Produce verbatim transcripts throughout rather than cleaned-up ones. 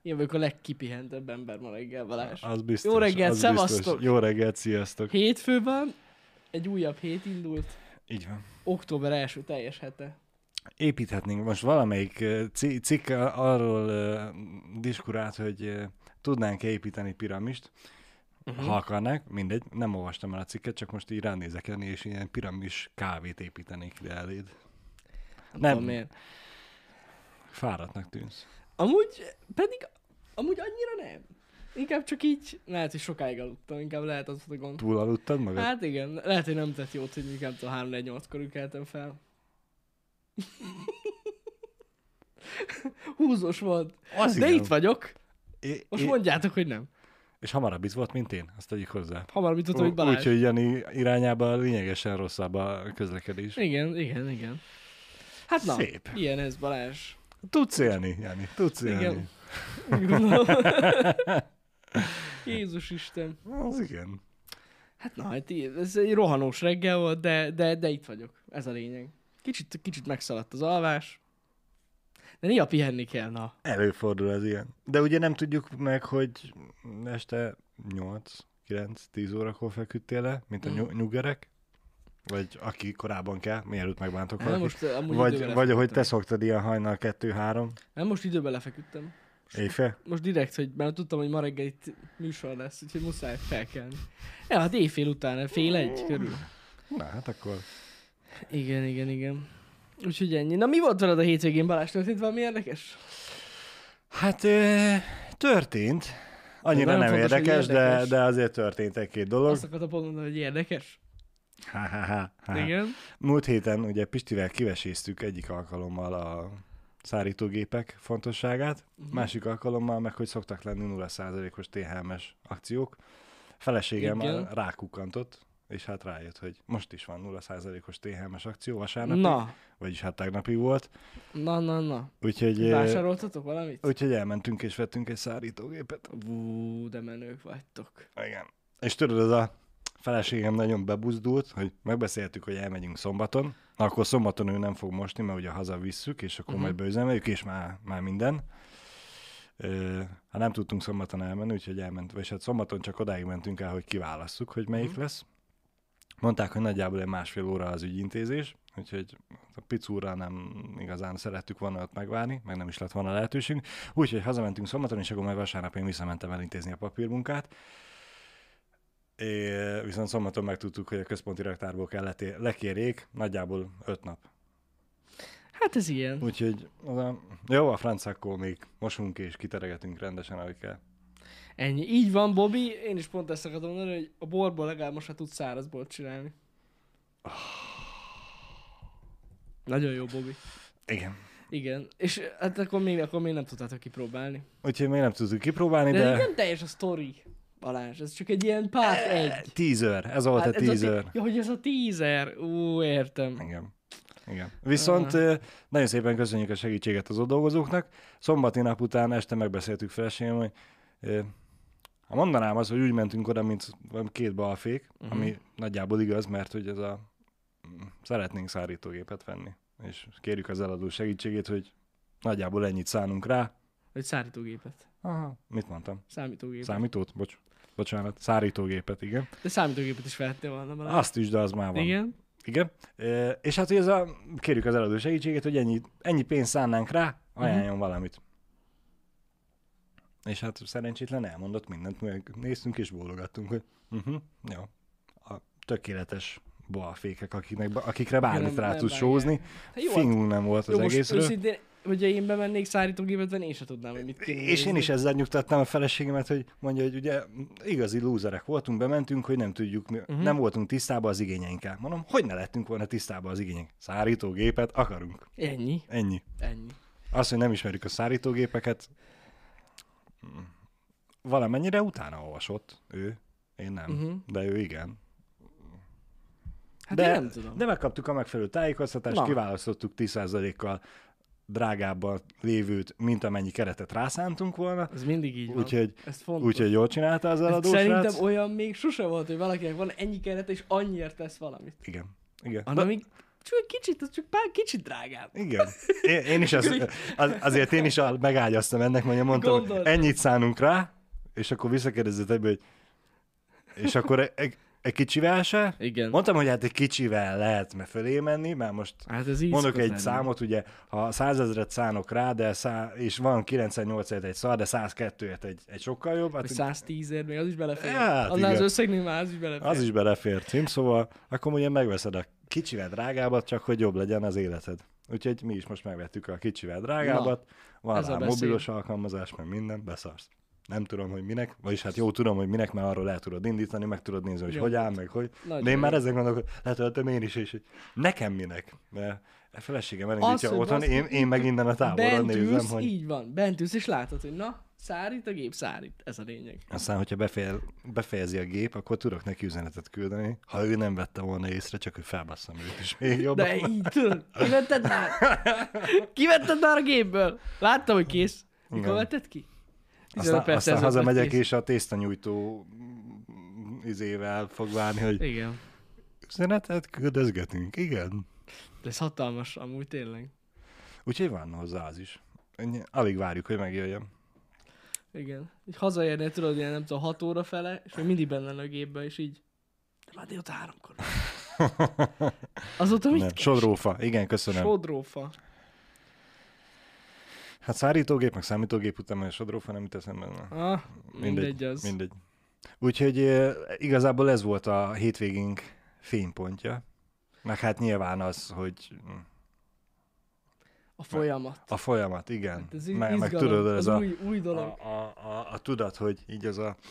Én vagyok a legkipihentebb ember ma reggel, Balázs. Az biztos. Jó reggelt, az szevasztok! biztos. Jó reggelt, sziasztok! Hétfő van, egy újabb hét indult. Így van. Október első teljes hete. Építhetnénk most valamelyik uh, ci- cikk arról uh, diskurált, hogy uh, tudnánk-e építeni piramist, uh-huh. ha akarnák, mindegy, nem olvastam el a cikket, csak most így ránézek enni, és ilyen piramis kávét építenék ide eléd. Nem, Nem. tudom miért. Fáradtnak tűnsz. Amúgy, pedig, amúgy annyira nem. Inkább csak így, lehet, hogy sokáig aludtam, inkább lehet az a gond. Túl aludtad magad? Hát igen, lehet, hogy nem tett jót, hogy inkább a három négy nyolckor keltem fel. Húzós volt. Az De igen. itt vagyok. É, Most é, mondjátok, hogy nem. és hamarabb itt volt, mint én, azt tegyük hozzá. Hamar mit tudtam, hogy Balázs. Úgyhogy Jani irányában lényegesen rosszabb a közlekedés. Igen, igen, igen. Hát na, Szép. ilyen ez, Balázs. Tudsz élni, Jani, tudsz élni. Igen. Úgy gondolom. Jézus Isten. Az igen. Hát na, hát í- ez egy rohanós reggel volt, de, de, de itt vagyok. Ez a lényeg. Kicsit, kicsit megszaladt az alvás. De néha pihenni kell, na. Előfordul ez ilyen. De ugye nem tudjuk meg, hogy este nyolc, kilenc, tíz órakor feküdtél le, mint a Mm. ny- nyugerek? Vagy aki korábban kell, mielőtt megbántok Nem, valakit. most amúgy Vagy, időben vagy ahogy te lefeküdtem. szoktad ilyen hajnal kettő-három, Nem, most időben lefeküdtem. éjfél? Most direkt, hogy mert tudtam, hogy ma reggel itt műsor lesz, úgyhogy muszáj felkelni. Ja, hát éjfél után, fél egy körül. Na, hát akkor Igen, igen, igen. Úgyhogy ennyi. Na mi volt veled a hétvégén, Balázs? Történt valami érdekes? hát ö, történt. Annyira nagyon nem fontos, hogy érdekes, érdekes. De, de azért történt egy-két dolog. Azt akartam pont mondani, hogy érdekes. Ha, ha, ha, ha. Igen. Múlt héten ugye Pistivel kiveséztük egyik alkalommal a szárítógépek fontosságát, uh-huh. másik alkalommal meg, hogy szoktak lenni nulla százalékos té há em-es akciók. Feleségem Igen. rákukkantott, és hát rájött, hogy most is van nulla százalékos té há em-es akció vasárnapig, Na, vagyis hát tegnapig volt. na, na, na. Úgyhogy, eh, Vásároltatok valamit? úgyhogy elmentünk és vettünk egy szárítógépet. Ú, de menők vagytok. Igen. És tudod, ez a feleségem nagyon bebuzdult, hogy megbeszéltük, hogy elmegyünk szombaton. Na, akkor szombaton ő nem fog mosni, mert ugye hazavisszük, és akkor uh-huh. majd beüzemeljük, és már, már minden. Ö, hát nem tudtunk szombaton elmenni, úgyhogy elment, vagy hát szombaton csak odáig mentünk el, hogy kiválasszuk, hogy melyik uh-huh. lesz. Mondták, hogy nagyjából egy másfél óra az ügyintézés, úgyhogy a picúra nem igazán szerettük volna ott megvárni, meg nem is lett volna lehetőségünk. Úgyhogy hazamentünk szombaton, és akkor majd vasárnap én visszamentem elintézni a papírmunkát. É, viszont szombaton megtudtuk, hogy a központi raktárból kell leté- lekérjék, nagyjából öt nap. Hát ez ilyen. Úgyhogy az a, jó, a francákkal még mosunk és kiteregetünk rendesen, ahogy kell. Ennyi. Így van, Bobby. Én is pont ezt akartam mondani, hogy a borból legalább most már tudsz száraz bort csinálni. Nagyon jó, Bobby. Igen. Igen. És hát akkor még, akkor még nem tudtátok kipróbálni. Úgyhogy még nem tudtuk kipróbálni, De, de... de... nem teljes a sztori, Balázs. Ez csak egy ilyen part egy. Teaser, ez volt Hát a ez teaser. ti- Ja, hogy ez a teaser. Ú, értem. Igen. Igen. Viszont uh. nagyon szépen köszönjük a segítséget az ott dolgozóknak. Szombati nap után este megbeszéltük feleségem, hogy uh, ha mondanám azt, hogy úgy mentünk oda, mint két balfék, uh-huh. ami nagyjából igaz, mert hogy ez a szeretnénk szárítógépet venni. És kérjük az eladó segítségét, hogy nagyjából ennyit szánunk rá. Egy szárítógépet. Aha, mit mondtam? Számítógépet. Számítót? Bocs. Bocsánat. Szárítógépet, igen. De számítógépet is vehettél volna Balázs. Azt is, de az már van. Igen. Igen. E, és hát, hogy ez a, kérjük az eladó segítséget, hogy ennyi, ennyi pénzt szánnánk rá, ajánljon uh-huh. valamit. És hát szerencsétlen elmondott mindent, meg néztünk és bólogattunk, hogy uh-huh, jó, a tökéletes balfékek, akiknek, akikre bármit rá tudsz sózni. Fingunk nem volt az jó, egészről. Most őszintén, hogyha én bemennék szárítógépet venni, én sem tudnám, hogy mit kéne És nézni. én is ezzel nyugtattam a feleségemet, hogy mondja, hogy ugye igazi lúzerek voltunk, bementünk, hogy nem tudjuk, uh-huh. nem voltunk tisztában az igényeinkkel. Mondom, hogy ne lettünk volna tisztában az igények? Szárítógépet akarunk. Ennyi. Ennyi. Ennyi. Azt, hogy nem ismerjük a szárítógépeket, valamennyire utána olvasott ő, én nem, uh-huh. de ő igen. Hát de, én nem tudom. De megkaptuk a megfelelő tájékoztatást, Na. kiválasztottuk tíz százalékkal drágábban lévőt, mint amennyi keretet rászántunk volna. Ez mindig így van. Úgyhogy, Ez fontos. úgyhogy jól csinálta az eladó Szerintem srác. olyan még sose volt, hogy valakinek van ennyi keret, és annyiért tesz valamit. Igen. Igen. Hanem még csak egy kicsit, az csak pár kicsit drágább. Igen. Én, én is az, az, azért én is megágyaztam ennek, mert mondtam, Gondoltam. hogy ennyit szánunk rá, és akkor visszakérdezett ebből, hogy és akkor egy, egy kicsivel se? Igen. Mondtam, hogy hát egy kicsivel lehet fölé menni, mert most Hát ez így mondok egy lenni. számot, ugye, ha százezret szánok rá, de szá... és van kilencvennyolcért egy szar, de százkettőért egy, egy sokkal jobb. Hát, Vagy száztízért, még az is belefér. Hát, Annál az igen. összegnél már az is belefér. az is belefér, cím, szóval akkor ugye megveszed a kicsivel drágábbat, csak hogy jobb legyen az életed. Úgyhogy mi is most megvettük a kicsivel drágábbat, van ez rá a beszéd. mobilos alkalmazás, meg minden, beszarsz. Nem tudom, hogy minek, vagyis hát jó tudom, hogy minek, mert arról el tudod indítani, meg tudod nézni, hogy Jó. hogy áll, meg hogy. Nagyon De én már jó. ezen gondolok, hogy letöltöm én is, és hogy nekem minek, mert a feleségem elindítja hogy otthon, basz- én, én meg innen a távolról Bent nézem, ülsz, hogy... így van, bent ülsz, és látod, hogy na, szárít a gép, szárít. Ez a lényeg. Aztán, hogyha befeje, befejezi a gép, akkor tudok neki üzenetet küldeni, ha ő nem vette volna észre, csak hogy felbasszam őt is még jobban. De így tudod, kivetted már? Kivetted már a gépből? Láttam, hogy kész. Mikor Igen. vetted ki? Aztán, perc aztán ezelőtt hazamegyek, kész. és a tésztanyújtó mm, izével fog várni, hogy Igen. üzenetet küldözgetünk. Igen. De ez hatalmas, amúgy tényleg. Úgyhogy van hozzá az is. Ennyi- Alig várjuk, hogy megjöjjön. Igen. Így hazaérnél, tudod, ilyen nem tudom, hat óra fele, és még mindig benne lenne a gépbe, és így. De már délután háromkor. Azóta mit Nem. keres? Sodrófa. Igen, köszönöm. Sodrófa. Hát szárítógép, meg számítógép után, mert sodrófa nem jut eszembe. Na, Ah, mindegy az. Mindegy. Úgyhogy eh, igazából ez volt a hétvégénk fénypontja. Meg hát nyilván az, hogy A folyamat. a folyamat, igen. Hát ez meg, izgalom, meg tudod, ez az a, új, új a, dolog. a, a, a tudat, hogy így az a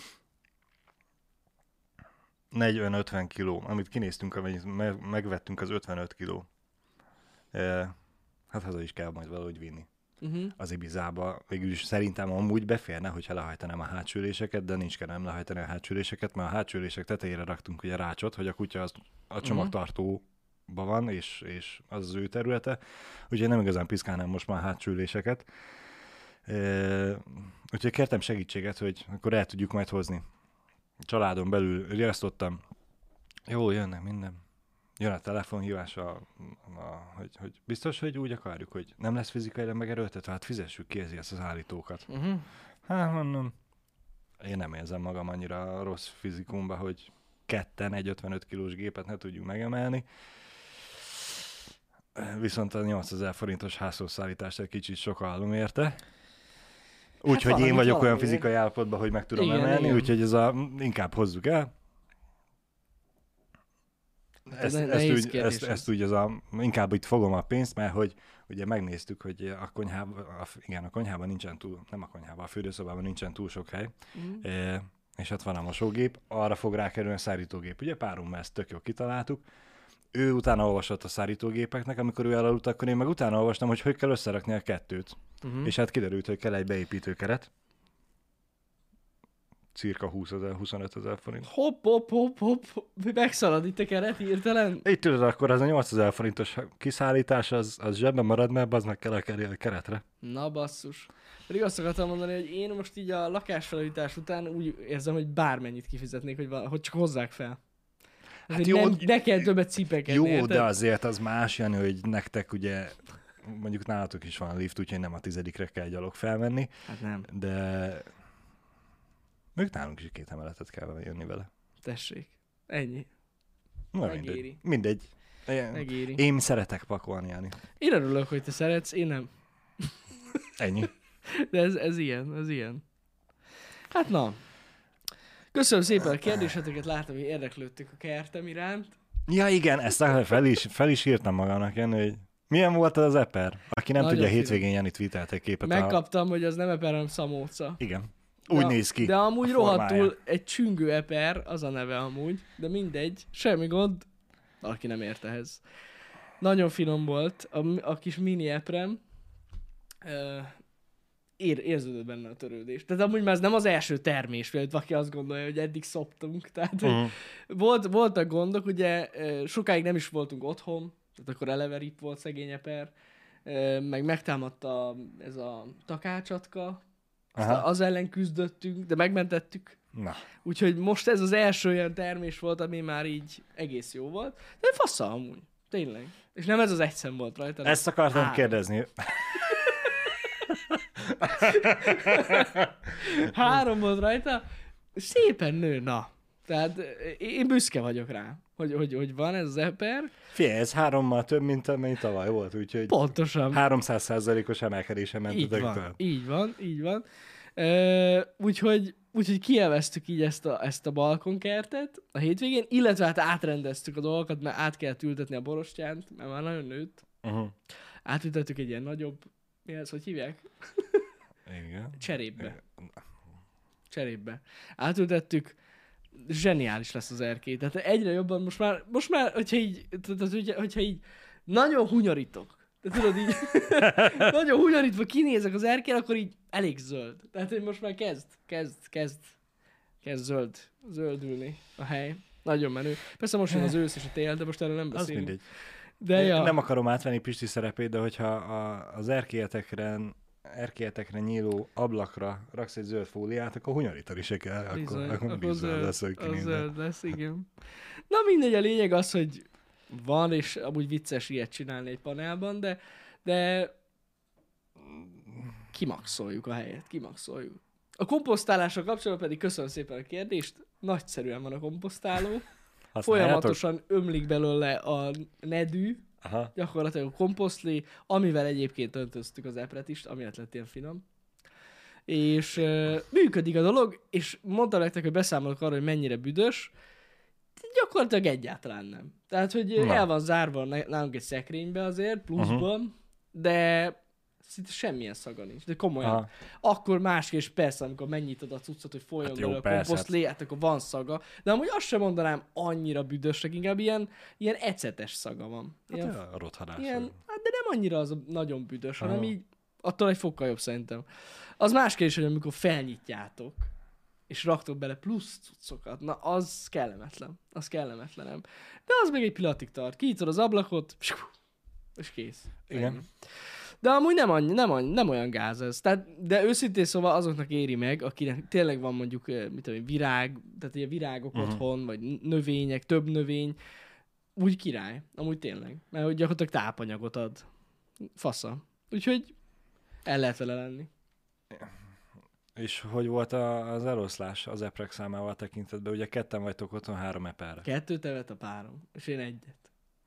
negyven-ötven kiló, amit kinéztünk, amit me- megvettünk, az ötvenöt kiló. Eh, hát haza is kell majd valahogy vinni. Uh-huh. Az Ibizába végül is szerintem amúgy beférne, hogyha lehajtanám a hátsüléseket, de nincs kedvem lehajtani a hátsüléseket, mert a hátsülések tetejére raktunk ugye rácsot, hogy a kutya az a csomagtartóba van, és, és az az ő területe, úgyhogy nem igazán piszkálnám most már a hátsüléseket. E, úgyhogy kértem segítséget, hogy akkor el tudjuk majd hozni. A családon belül riasztottam, jó, jönnek minden. Jön a telefonhívás, a, a, hogy, hogy biztos, hogy úgy akarjuk, hogy nem lesz fizikailag megerőltetve, hát fizessük ki ezért az állítókat. Uh-huh. Hát mondom, én nem érzem magam annyira rossz fizikumba, hogy ketten egy ötvenöt kilós gépet ne tudjuk megemelni. Viszont a nyolcezer forintos házhozszállítást egy kicsit sokalom érte. Úgyhogy Hát én valamit vagyok olyan valamiért. fizikai állapotban, hogy meg tudom Igen, emelni, igen. úgyhogy ez a, inkább hozzuk el. Ezt, ne- ezt, nehéz úgy, kérdés ezt, ez. ezt úgy az a, inkább itt fogom a pénzt, mert hogy ugye megnéztük, hogy a konyhában, a, igen, a konyhában nincsen túl, nem a konyhában, a fürdőszobában nincsen túl sok hely, Uh-huh. e, és ott van a mosógép, arra fog rákerülni a szárítógép. Ugye párunkban ezt tök jól kitaláltuk. Ő utána olvasott a szárítógépeknek, amikor ő elaludt, akkor én meg utána olvastam, hogy hogy kell összerakni a kettőt. Uh-huh. És hát kiderült, hogy kell egy beépítőkeret. Cirka húszezer, huszonöt ezer forint. Hopp, hopp, hopp, hopp, megszalad itt a keret hirtelen. Így tudod, akkor az a nyolcezer forintos kiszállítás, az, az zsebben marad, mert az meg kell a ker- keretre. Na basszus. Pedig azt akartam mondani, hogy én most így a lakásfelújítás után úgy érzem, hogy bármennyit kifizetnék, hogy, val- hogy csak hozzák fel. Hát hogy jó, nem, ne kell többet cipekedni, Jó, érted? de azért az más, Jani, hogy nektek ugye, mondjuk nálatok is van a lift, úgyhogy nem a tizedikre kell gyalog felmenni, Hát nem, de még nálunk is két emeletet kell jönni vele. tessék. Ennyi. Na, Megéri. mindegy. mindegy. Megéri. Én szeretek pakolni, Jani. Én örülök, hogy te szeretsz, én nem. Ennyi. De ez, ez ilyen, ez ilyen. Hát na. Köszönöm szépen a kérdéseteket, látom, hogy érdeklődtük a kertem iránt. Ja igen, ezt fel is, fel is írtam magamnak, Jani, hogy milyen volt az az eper? Aki nem Nagyon tudja, finom. hétvégén Jani tweetelt egy képet. A... Megkaptam, hogy az nem eper, hanem szamóca. Igen. Úgy de, néz ki. De amúgy a formája. rohadtul egy csüngő eper, az a neve amúgy, de mindegy, semmi gond, valaki nem ért ehhez. Nagyon finom volt a, a kis mini eprem, uh, ér, érződött benne a törődés. Tehát amúgy már ez nem az első termés, mert valaki azt gondolja, hogy eddig szoptunk. Tehát hogy Uh-huh. volt, voltak gondok, ugye uh, sokáig nem is voltunk otthon, tehát akkor eleve rip volt szegény eper, uh, meg megtámadta ez a takácsatka, aztán Aha. az ellen küzdöttünk, de megmentettük. Na. Úgyhogy most ez az első olyan termés volt, ami már így egész jó volt. De fassa amúgy. Tényleg. És nem ez az egy szem volt rajta. Nem. Ezt akartam Három. kérdezni. Három volt rajta, szépen nő, na. Tehát én büszke vagyok rá, hogy, hogy, hogy van ez az eper. Figyelj, ez hárommal több, mint amennyi tavaly volt, úgyhogy Pontosan. háromszáz százalékos emelkedésen Így mentetek van, fel. így van, így van. Uh, úgyhogy, úgyhogy kielveztük így ezt a, ezt a balkonkertet a hétvégén, illetve hát átrendeztük a dolgokat, mert át kellett ültetni a borostyánt, mert már nagyon nőtt. Uh-huh. Átültettük egy ilyen nagyobb, mi ez, hogy hívják? Igen. Cserépbe. Cserépbe. Átültettük, zseniális lesz az erkély. Tehát egyre jobban most már, most már, hogyha így, tehát, hogyha, hogyha így nagyon hunyorítok, de tudod így, nagyon hunyorítva kinézek az erkélyen, akkor így elég zöld. Tehát, hogy most már kezd, kezd, kezd, kezd zöld, zöldülni a hely. Nagyon menő. Persze most jön az ősz és a tél, de most erről nem Az beszélünk. mindegy. De ja. Nem akarom átvenni Pisti szerepét, de hogyha a, az erkélyetekre, erkélyetekre nyíló ablakra raksz egy zöld fóliát, akkor hunyorítani se kell. Bizony, akkor, akkor, akkor bizony zöld, lesz, hogy az kinézed. zöld lesz, igen. Na mindegy, a lényeg az, hogy van, és amúgy vicces ilyet csinálni egy panelban, de, de kimaxoljuk a helyet, kimaxoljuk. A komposztálással kapcsolatban pedig köszönöm szépen a kérdést, nagyszerűen van a komposztáló, Használjátok? folyamatosan ömlik belőle a nedű, Aha. gyakorlatilag a komposztlé, amivel egyébként öntöztük az epret is, amiatt lett ilyen finom. És uh, működik a dolog, és mondtam nektek, hogy beszámolok arra, hogy mennyire büdös, gyakorlatilag egyáltalán nem. Tehát, hogy Na. el van zárva nálunk egy szekrénybe azért, pluszban, uh-huh. de szinte semmilyen szaga nincs. De komolyan. Aha. Akkor másképp, és persze, amikor megnyitod a cuccot, hogy folyjon Hát belőle jó, a persze, komposztlé, hát akkor van szaga. De amúgy azt sem mondanám annyira büdösnek, inkább ilyen, ilyen ecetes szaga van. Ilyen, Hát a rothadás. ilyen, vagy. hát de nem annyira az a nagyon büdös, hanem Aha. így attól egy fokkal jobb szerintem. Az más kérdés, hogy amikor felnyitjátok, és raktok bele plusz cuccokat, na az kellemetlen. Az kellemetlenem. De az még egy pillanatig tart. Kinyitod az ablakot, és kész. Igen. Ennyi. De amúgy nem, annyi, nem, annyi, nem olyan gáz ez. Tehát, de őszintén szóval azoknak éri meg, akinek tényleg van mondjuk eh, mit tudom, én, virág, tehát ilyen virágok Uh-huh. otthon, vagy növények, több növény, úgy király. Amúgy tényleg. Mert hogy gyakorlatilag tápanyagot ad. Fasza. Úgyhogy el lehet vele lenni. És hogy volt a, az eloszlás az eprek számával tekintetben? Ugye ketten vagytok otthon három eperre. Kettőt evett a párom, és én egyet.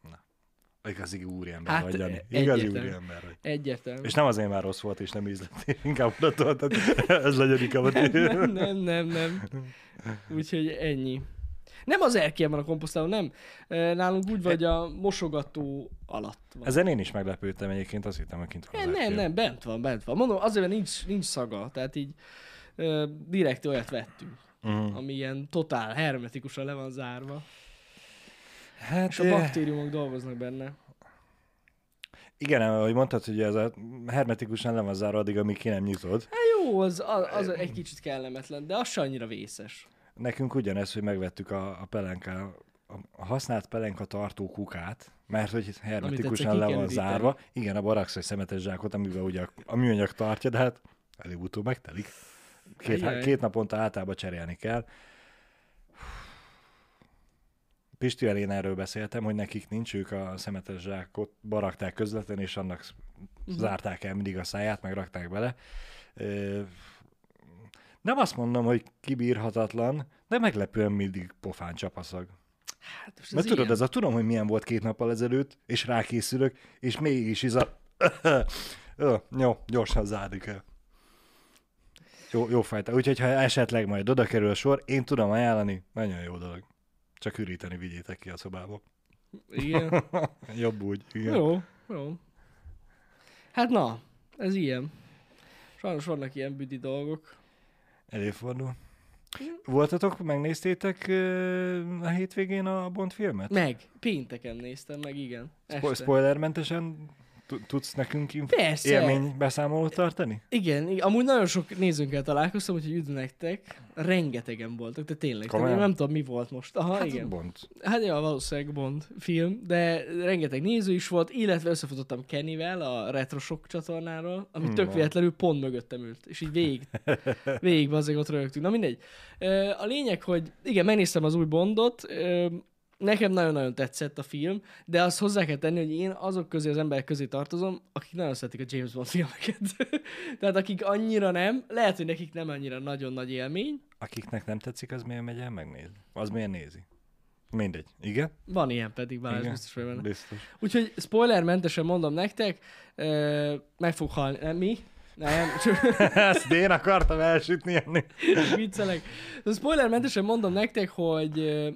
Igazi úriember Hát, vagy, Jani. e- Igazi egyértelmű. úriember vagy. Egyértelmű. És nem azért már rossz volt, és nem ízlettél, inkább oda toltad. Ez legyen inkább. nem, nem, nem, nem. Úgyhogy ennyi. Nem az erkélyen van a komposztáló, nem. E, Nálunk úgy vagy a mosogató alatt van. Ezen én is meglepődtem egyébként, azt hittem, hogy kint van. Nem, az nem, erkély. nem, bent van, bent van. Mondom, azért, mert nincs, nincs szaga. Tehát így e, direkt olyat vettünk, Uh-huh. ami ilyen totál hermetikusan le van zárva. Hát, És a eh, baktériumok dolgoznak benne. igen, ahogy mondtad, hogy ez a hermetikusan le van zárva addig, amíg ki nem nyitod. Hát jó, az, az, az egy kicsit kellemetlen, de az se annyira vészes. Nekünk ugyanez, hogy megvettük a, a pelenka, a használt pelenka tartó kukát, mert hogy egyszer hermetikusan ki le kell van üríteni. zárva. Igen, a baraksz egy szemetes zsákot, amivel ugye a, a műanyag tartja, de hát előbb-utóbb megtelik. Két, Ajaj. két naponta általában cserélni kell. Pistivel én erről beszéltem, hogy nekik nincs, ők a szemetes zsákot barakták közvetlenül, és annak Mhm. zárták el mindig a száját, meg rakták bele. Ö, Nem azt mondom, hogy kibírhatatlan, de meglepően mindig pofán csapaszag. Hát most Mert ez tudod, ilyen. ez a tudom, hogy milyen volt két nappal ezelőtt, és rákészülök, és mégis ez a... Ö, jó, gyorsan zárni kell. Jó, jó fajta. Úgyhogy ha esetleg majd oda kerül a sor, én tudom ajánlani, nagyon jó dolog. Csak üríteni vigyétek ki a szobába. Igen. Jobb úgy, igen. Jó, jó. Hát na, ez ilyen. Sajnos vannak ilyen büdi dolgok. Előfordul. Voltatok, megnéztétek ö, a hétvégén a Bond filmet? Meg, pénteken néztem meg, igen. Spo- Este. spoilermentesen tu- tudsz nekünk inf- Persze. élménybeszámolót tartani? Igen, igen, amúgy nagyon sok nézőnkkel találkoztam, úgyhogy üdv nektek. Rengetegen voltak, de tényleg. Tehát Komolyan? én nem tudom, mi volt most. Aha, Hát igen. Bond. Hát ja, valószínűleg Bond film, de rengeteg néző is volt, illetve összefutottam Kennyvel a Retroshock csatornáról, ami Hmm, tök van. véletlenül pont mögöttem ült, és így végig, végig azért ott rögtünk. Na mindegy. Ö, A lényeg, hogy igen, megnéztem az új Bondot, ö, nekem nagyon-nagyon tetszett a film, de azt hozzá kell tenni, hogy én azok közé az emberek közé tartozom, akik nagyon szeretik a James Bond filmeket. Tehát akik annyira nem, lehet, hogy nekik nem annyira nagyon nagy élmény. Akiknek nem tetszik, az miért megy el megnézni? Az miért nézi? Mindegy. Igen? Van ilyen pedig, Balázs, Igen, biztos vagy benne. biztos. Úgyhogy spoilermentesen mondom nektek, ö, meg fog halni. Nem, mi? Nem, csak Ezt én akartam elsütni enni. viccelek. De spoilermentesen mondom nektek, hogy ö,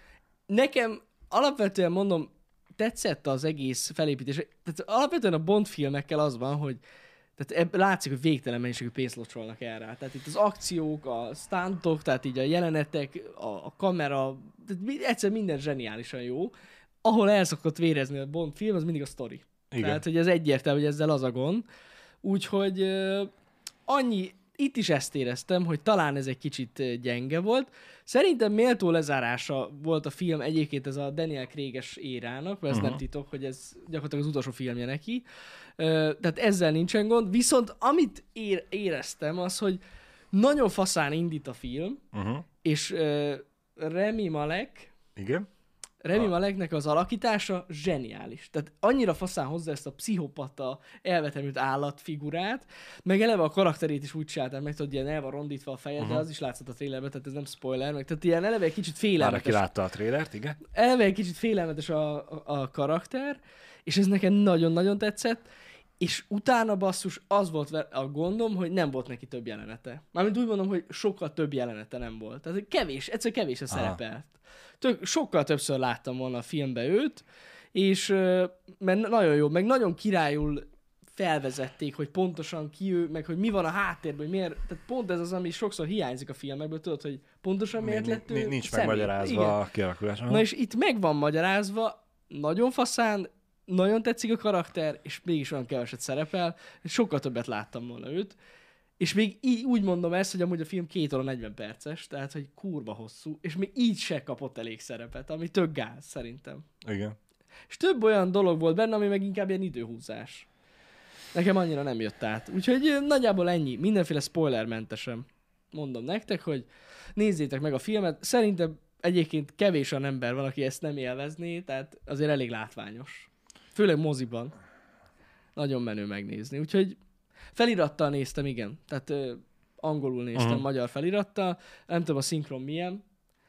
nekem alapvetően mondom, tetszett az egész felépítés. Tehát alapvetően a Bond filmekkel az van, hogy tehát ebb, látszik, hogy végtelen mennyiségű pénzt locsolnak el rá. Tehát itt az akciók, a stuntok, tehát így a jelenetek, a, a kamera, tehát egyszer minden zseniálisan jó. Ahol el szokott vérezni a Bond film, az mindig a sztori. Igen. Tehát, hogy ez egyértelmű, hogy ezzel az a gond. Úgyhogy uh, annyi, itt is ezt éreztem, hogy talán ez egy kicsit uh, gyenge volt. Szerintem méltó lezárása volt a film egyébként ez a Daniel Craig-es érának, mert ez Uh-huh. nem titok, hogy ez gyakorlatilag az utolsó filmje neki. Uh, tehát ezzel nincsen gond. Viszont amit ér- éreztem az, hogy nagyon faszán indít a film, Uh-huh. és uh, Rami Malek, Igen? Rami Ah. Maleknek az alakítása zseniális. Tehát annyira faszán hozzá ezt a pszichopata, elvetemült állatfigurát, meg eleve a karakterét is úgy csinálták, meg tudod, ilyen el van rondítva a feje, uh-huh. de az is látszott a trailerben, tehát ez nem spoiler, meg tehát ilyen eleve egy kicsit Már aki félelmetes. látta a trélert, igen? Eleve egy kicsit félelmetes a, a, a karakter, és ez nekem nagyon-nagyon tetszett, és utána basszus az volt a gondom, hogy nem volt neki több jelenete. Mármint úgy mondom, hogy sokkal több jelenete nem volt. Tehát kevés, egyszerűen kevés a szerepelt. Tök, sokkal többször láttam volna a filmbe őt, és ö, mert nagyon jó, meg nagyon királyul felvezették, hogy pontosan ki ő, meg hogy mi van a háttérben, hogy miért, tehát pont ez az, ami sokszor hiányzik a filmekből, tudod, hogy pontosan miért lett ő Nincs személy. megmagyarázva Igen. a kialakulás. Na és itt meg van magyarázva, nagyon faszán, nagyon tetszik a karakter, és mégis olyan keveset szerepel, sokkal többet láttam volna őt, és még így úgy mondom ezt, hogy amúgy a film két óra negyven perces, tehát hogy kurva hosszú, és még így se kapott elég szerepet, ami tök gáz szerintem. Igen. És több olyan dolog volt benne, ami meg inkább ilyen időhúzás. Nekem annyira nem jött át. Úgyhogy ö, nagyjából ennyi. Mindenféle spoilermentesen mondom nektek, hogy nézzétek meg a filmet. Szerintem egyébként kevés olyan ember van, aki ezt nem élvezné, tehát azért elég látványos. Főleg moziban. Nagyon menő megnézni. Úgyhogy felirattal néztem, igen. Tehát ö, angolul néztem, Uh-huh. magyar felirattal. Nem tudom, a szinkron milyen.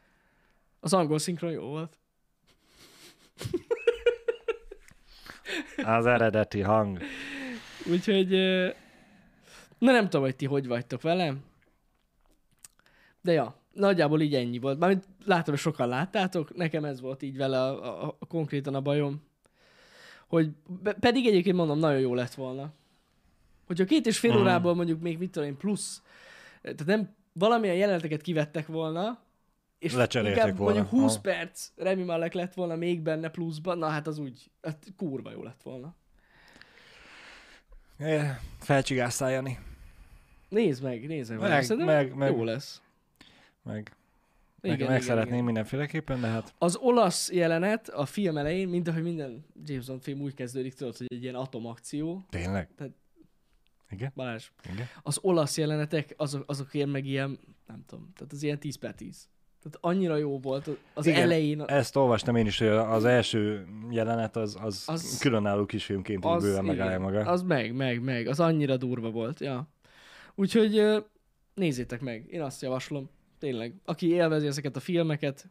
Az angol szinkron jó volt. Az eredeti hang. Úgyhogy, ö, na nem tudom, hogy ti hogy vagytok vele. De ja, nagyjából így ennyi volt. Mármint látom, hogy sokan láttátok, nekem ez volt így vele a, a, a konkrétan a bajom. Hogy be, pedig egyébként mondom, nagyon jó lett volna. Hogyha két és fél Mhm. órából mondjuk még mit tudom én plusz, tehát nem valamilyen jeleneteket kivettek volna, és Lecserélték inkább volna. mondjuk húsz Aha. perc Rami Malek lett volna még benne pluszban, na hát az úgy, hát kurva jó lett volna. É, felcsigáztál, Jani. Nézd meg, nézd meg. Meg, meg, Szerintem meg, meg. jó lesz. Meg, Igen, meg, meg igen, szeretném igen. mindenféleképpen, de hát Az olasz jelenet a film elején, mint ahogy minden James Bond film úgy kezdődik, tudod, hogy egy ilyen atomakció. tényleg. Tehát- Igen? Balázs, Igen? az olasz jelenetek, azok, azok ilyen meg ilyen, nem tudom, tehát az ilyen tíz per tíz. Tehát annyira jó volt az Igen, elején. Ezt olvastam én is, hogy az első jelenet az, az, Az- az különálló kisfilmként így bőven megállja maga. Az meg, meg, meg. Az annyira durva volt, ja. Úgyhogy ö, nézzétek meg, én azt javaslom. Tényleg. Aki élvezi ezeket a filmeket,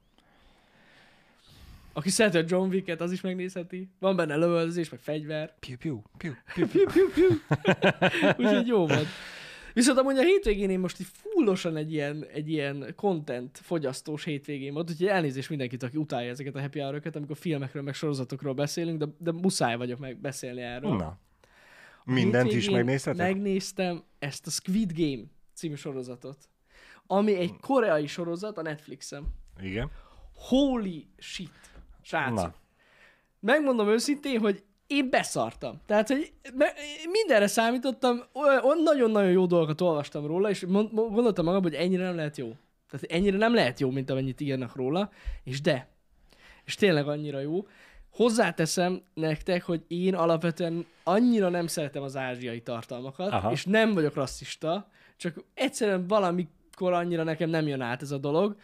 aki szereti a John Wick-et, az is megnézheti. Van benne lövöldözés, meg fegyver. Piu, piu, piu, piu. Piu, piu, piu. Úgyhogy jó volt. Viszont amúgy a hétvégén én most így fullosan egy ilyen, egy ilyen content fogyasztós hétvégén volt, úgyhogy elnézést mindenkit, aki utálja ezeket a happy hour-öket, amikor filmekről, meg sorozatokról beszélünk, de, de muszáj vagyok meg beszélni erről. Na. Mindent is Hétvégén megnéztetek? Megnéztem ezt a Squid Game című sorozatot, ami egy koreai sorozat a Netflixen. Igen. Holy shit, srácok. Na. Megmondom őszintén, hogy én beszartam. Tehát, hogy me- mindenre számítottam, olyan nagyon-nagyon jó dolgokat olvastam róla, és mond- gondoltam magamban, hogy ennyire nem lehet jó. Tehát ennyire nem lehet jó, mint amennyit írnak róla, és de. És tényleg annyira jó. Hozzáteszem nektek, hogy én alapvetően annyira nem szeretem az ázsiai tartalmakat, Aha. és nem vagyok rasszista, csak egyszerűen valamikor annyira nekem nem jön át ez a dolog,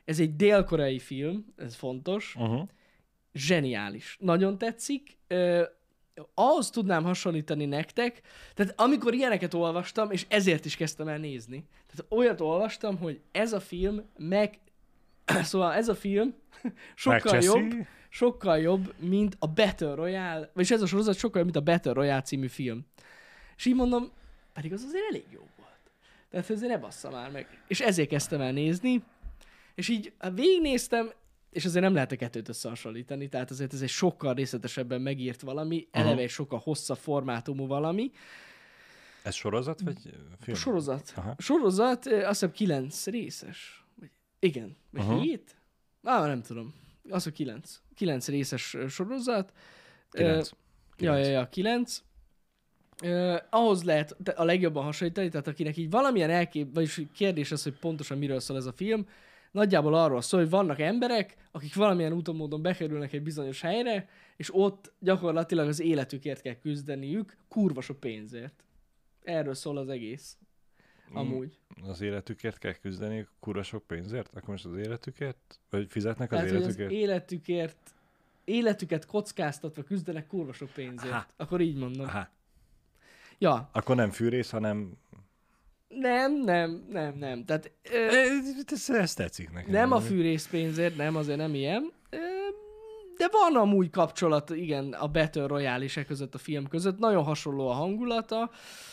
Ez egy dél-koreai film, ez fontos. Uh-huh. Zseniális. Nagyon tetszik. Uh, ahhoz tudnám hasonlítani nektek, tehát amikor ilyeneket olvastam, és ezért is kezdtem el nézni, tehát olyat olvastam, hogy ez a film meg... Szóval ez a film sokkal Megcseszi. jobb, sokkal jobb, mint a Battle Royale, vagyis ez a sorozat sokkal jobb, mint a Battle Royale című film. És így mondom, pedig az azért elég jó volt. Tehát azért ne bassza már meg. És ezért kezdtem el nézni, és így végignéztem, és azért nem lehet a kettőt összehasonlítani, tehát azért ez egy sokkal részletesebben megírt valami, eleve Aha. egy sokkal hosszabb formátumú valami. Ez sorozat, vagy film? Sorozat. Aha. Sorozat, eh, azt hiszem kilenc részes. Vagy, igen. Vagy Aha. hét? Á, nem tudom. Azt hiszem kilenc. Kilenc részes eh, sorozat. Kilenc. Eh, Ja, ja, ja, kilenc. Uh, ahhoz lehet a legjobban hasonlítani, tehát akinek így valamilyen elkép, vagyis kérdés az, hogy pontosan miről szól ez a film, nagyjából arról szól, hogy vannak emberek, akik valamilyen úton módon bekerülnek egy bizonyos helyre, és ott gyakorlatilag az életükért kell küzdeniük, kurva sok pénzért. Erről szól az egész. Amúgy. Az életükért kell küzdeni, kurva sok pénzért? Akkor most az életükért? Vagy fizetnek az Tehát, hogy életükért? az életükért, életüket kockáztatva küzdenek kurva sok pénzért. Aha. Akkor így mondom. Aha. Ja. Akkor nem fűrész, hanem... Nem, nem, nem, nem. Tehát... Ö, Ez, ez tetszik nekem. Nem a fűrészpénzért, nem, azért nem ilyen. Ö, De van amúgy kapcsolat, igen, a Battle Royale-isek között, a film között. Nagyon hasonló a hangulata,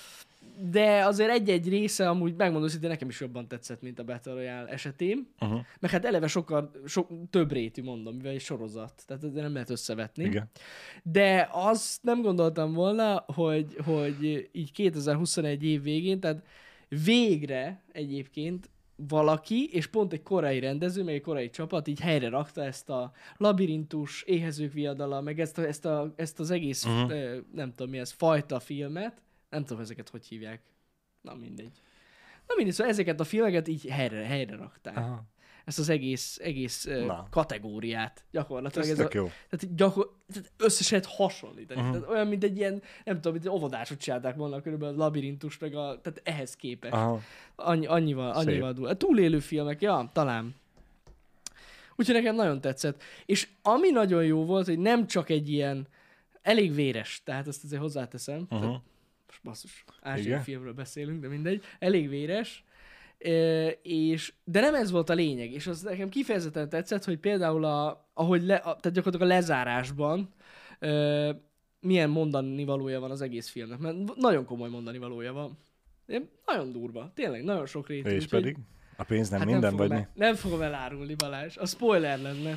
de azért egy-egy része amúgy, megmondom szintén, nekem is jobban tetszett, mint a Battle Royale esetén. Uh-huh. Meg hát eleve sokkal, sok, több rétű, mondom, mivel egy sorozat. Tehát ezzel nem lehet összevetni. Igen. De azt nem gondoltam volna, hogy, hogy így kétezer-huszonegy év végén, tehát végre egyébként valaki, és pont egy korai rendező, meg egy korai csapat így helyre rakta ezt a labirintus, éhezők viadala, meg ezt, a, ezt, a, ezt az egész, Uh-huh. uh, nem tudom mi ez, fajta filmet. Nem tudom, ezeket hogy hívják. Na mindegy. Na mindegy, szóval ezeket a filmeket így helyre, helyre rakták. Aha. Ezt az egész, egész uh, Na. kategóriát gyakorlatilag. Ez Ez tök a, jó. tehát, gyakor, tehát össze se lehet hasonlítani. Uh-huh. Tehát olyan, mint egy ilyen, nem tudom, mint egy óvodásot csinálták volna körülbelül a labirintus, meg a, tehát ehhez képest. Aha. Annyi, annyival, annyival túl. A túlélő filmek, ja, talán. Úgyhogy nekem nagyon tetszett. És ami nagyon jó volt, hogy nem csak egy ilyen, elég véres, tehát ezt azért hozzáteszem. Uh-huh. Tehát, most basszus, ázsiai Igen? filmről beszélünk, de mindegy. Elég véres. E, és, de nem ez volt a lényeg, és az nekem kifejezetten tetszett, hogy például a, ahogy le, a, tehát gyakorlatilag a lezárásban e, milyen mondani valója van az egész filmnek, mert nagyon komoly mondani valója van. De nagyon durva, tényleg, nagyon sok rétű. És úgyhogy- pedig? A pénz nem hát minden, nem vagy fogom mi? el, nem fogom elárulni, Balázs. A spoiler lenne.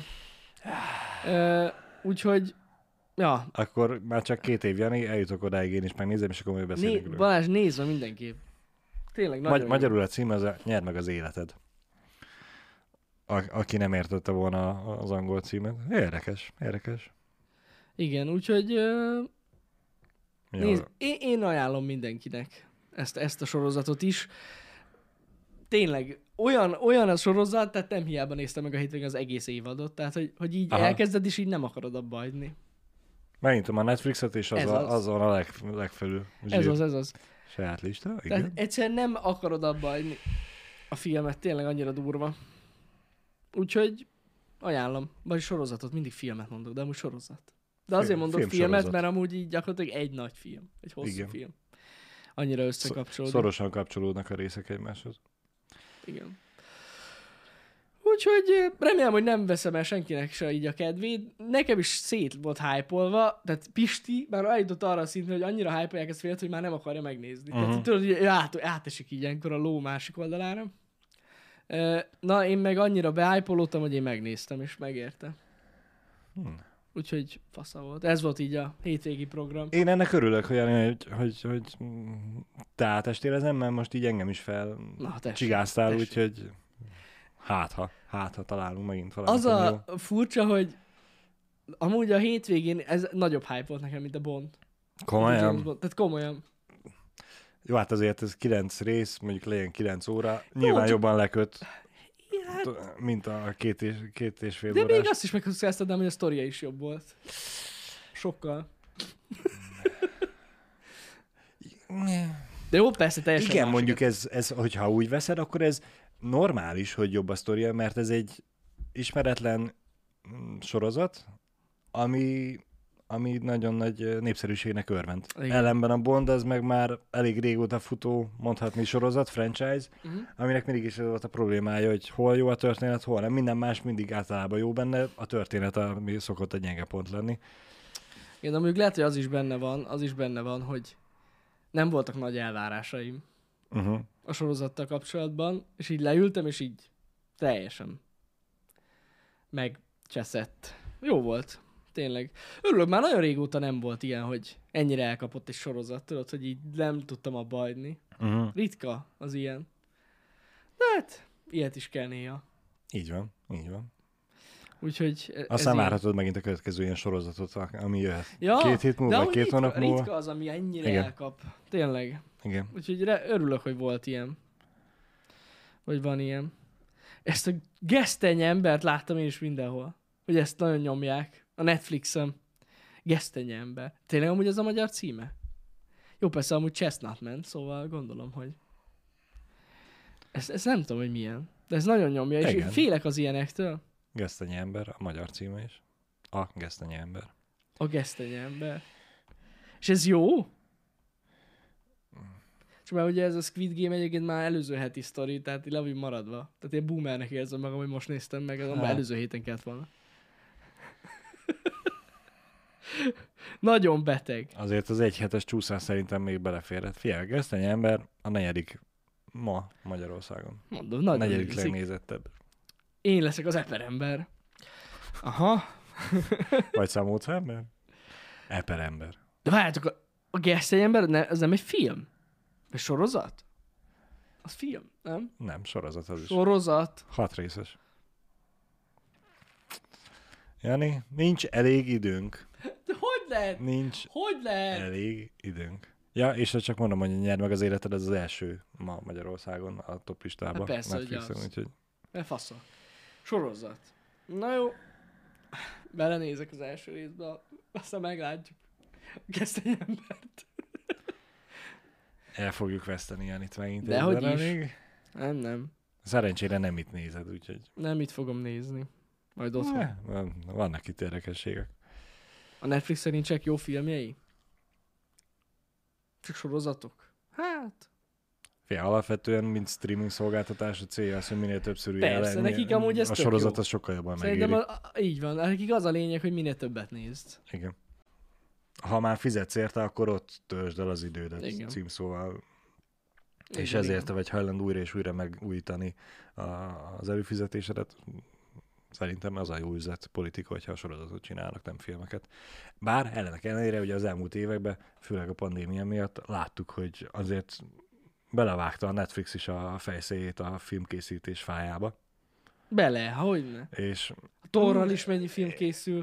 e, úgyhogy, ja, Akkor már csak két év, Jani, eljutok odáig én is megnézem, és akkor majd né, beszélünk róla. Balázs, nézd meg mindenképp. Tényleg nagyon Magy- jó. magyarul a cím az a Nyerd meg az életed. A- aki nem értette volna az angol címet. Érdekes, érdekes. Igen, úgyhogy ö, Ja, nézd, én, én ajánlom mindenkinek ezt, ezt a sorozatot is. Tényleg, olyan, olyan a sorozat, tehát nem hiába néztem meg a hétvégén az egész évadot, tehát hogy, hogy így Aha. elkezded, és így nem akarod abba hagyni. Megintom a Netflixet, és az, Ez a, az. az van a leg, legfelül. Ez Zsír. az, ez az. Saját lista, igen. Tehát egyszerűen nem akarod abba hagyni a filmet, tényleg annyira durva. Úgyhogy ajánlom. Vagy sorozatot, mindig filmet mondok, de amúgy sorozat. De azért Film- mondok filmsorozat. filmet, mert amúgy így gyakorlatilag egy nagy film. Egy hosszú Igen. film. Annyira összekapcsolódik. Szorosan kapcsolódnak a részek egymáshoz. Igen. Úgyhogy eh, remélem, hogy nem veszem el senkinek se így a kedvét. Nekem is szét volt hype-olva, tehát Pisti már eljutott arra a szintre, hogy annyira hype-olják ezt félt, hogy már nem akarja megnézni. Uh-huh. Tehát tudod, hogy át, átesik így ilyenkor a ló másik oldalára. Eh, Na, én meg annyira behype-olódtam, hogy én megnéztem, és megérte. Hmm. Úgyhogy fasza volt. Ez volt így a hétvégi program. Én ennek örülök, hogy, hogy, hogy, hogy mm, te átestélezem, mert most így engem is fel Na, tessék, csigáztál, tessék. úgyhogy hát ha, hát ha találunk megint valamit. Az ami a furcsa, hogy amúgy a hétvégén ez nagyobb hype volt nekem, mint a Bond. jó. Mint a James Komolyan. Bond. Tehát komolyan. Jó, hát azért ez kilenc rész, mondjuk legyen kilenc óra, nyilván csak- jobban leköt, Hát, mint a két és, két és fél de órás. még azt is megkockáztatnám, hogy a sztoria is jobb volt. Sokkal. De jó, persze teljesen Igen, másik. mondjuk ez, ez, hogyha úgy veszed, akkor ez normális, hogy jobb a sztoria, mert ez egy ismeretlen mm, sorozat, ami, ami nagyon nagy népszerűségnek örvend. Igen. Ellenben a Bond az meg már elég régóta futó, mondhatni sorozat, franchise, Uh-huh. aminek mindig is ez volt a problémája, hogy hol jó a történet, hol nem. Minden más mindig általában jó benne, a történet, ami szokott egy gyenge pont lenni. Igen, de mondjuk lehet, hogy az is benne van, az is benne van, hogy nem voltak nagy elvárásaim Uh-huh. a sorozattal kapcsolatban, és így leültem, és így teljesen megcseszett. Jó volt, tényleg. Örülök, már nagyon régóta nem volt ilyen, hogy ennyire elkapott egy sorozat, tudod, hogy így nem tudtam abba hagyni. Uh-huh. Ritka az ilyen. De hát, ilyet is kell néha. Így van, így van. Úgyhogy e- ez Aztán ilyen- várhatod megint a következő ilyen sorozatot, ami jöhet. Ja, Két hét múlva, de vagy amúgy két ritka, hónap múlva. ritka az, ami ennyire Igen. elkap. Tényleg. Igen. Úgyhogy re- örülök, hogy volt ilyen. Vagy van ilyen. Ezt a gesztenye embert láttam én is mindenhol. Hogy ezt nagyon nyomják. A Netflixen. Gesztenye ember. Tényleg amúgy ez a magyar címe? Jó, persze amúgy Chestnut Man, szóval gondolom, hogy... Ezt, ezt nem tudom, hogy milyen. De ez nagyon nyomja, és Igen. én félek az ilyenektől. Gesztenye ember, a magyar címe is. A Gesztenye ember. A gesztenye ember. És ez jó? És már ugye ez a Squid Game egyébként már előző heti sztori, tehát így le vagy maradva. Tehát én boomernek érzem magam, hogy most néztem meg, az Hát. előző héten kellett volna. Nagyon beteg. Azért az egyhetes csúszás szerintem még beleférhet. Figyelj, Gesztenye ember a negyedik ma Magyarországon. Mondom, A nagyon negyedik nézik. legnézettebb. Én leszek az eper ember. Aha. Vagy Szamóca ember? Eper ember. De várjátok, a, a gesztenye ember, ne, ez nem egy film? Egy sorozat? Az film, nem? Nem, sorozat az is. Sorozat. Hat részes. Jani, nincs elég időnk. De hogy lehet? Nincs Hogy lehet? elég időnk. Ja, és ha csak mondom, hogy nyer meg az életed, ez az első ma Magyarországon a top listában. Hát persze, hogy Netflixen, az. úgyhogy Mert faszol. Sorozat. Na jó. Belenézek az első részbe, aztán meglátjuk. A gesztenye embert. el fogjuk veszteni Janit megint. Dehogy ezzel is. elég. Nem, nem. Szerencsére nem itt nézed, úgyhogy Nem itt fogom nézni. Majd otthon. eh, van, vannak itt érdekességek. A Netflixen nincsenek jó filmjei? Csak sorozatok? Hát... Fia, alapvetően, mint streaming szolgáltatás, a célja az, hogy minél többször Persze, nekik amúgy ez a tök sorozat jó. az sokkal jobban Szerintem megéri. a, a, így van. Nekik az a lényeg, hogy minél többet nézd. Igen. Ha már fizetsz érte, akkor ott töltsd el az idődet Igen. címszóval. Igen, És ezért igen. te vagy hajlandó újra és újra megújítani a, az előfizetésedet. Szerintem az a jó üzlet politika, hogyha a sorozatot csinálnak, nem filmeket. Bár ellenek ellenére, ugye az elmúlt években, főleg a pandémia miatt láttuk, hogy azért belevágta a Netflix is a fejszéjét a filmkészítés fájába. Bele, hogyne. És A Torral is mennyi film készül.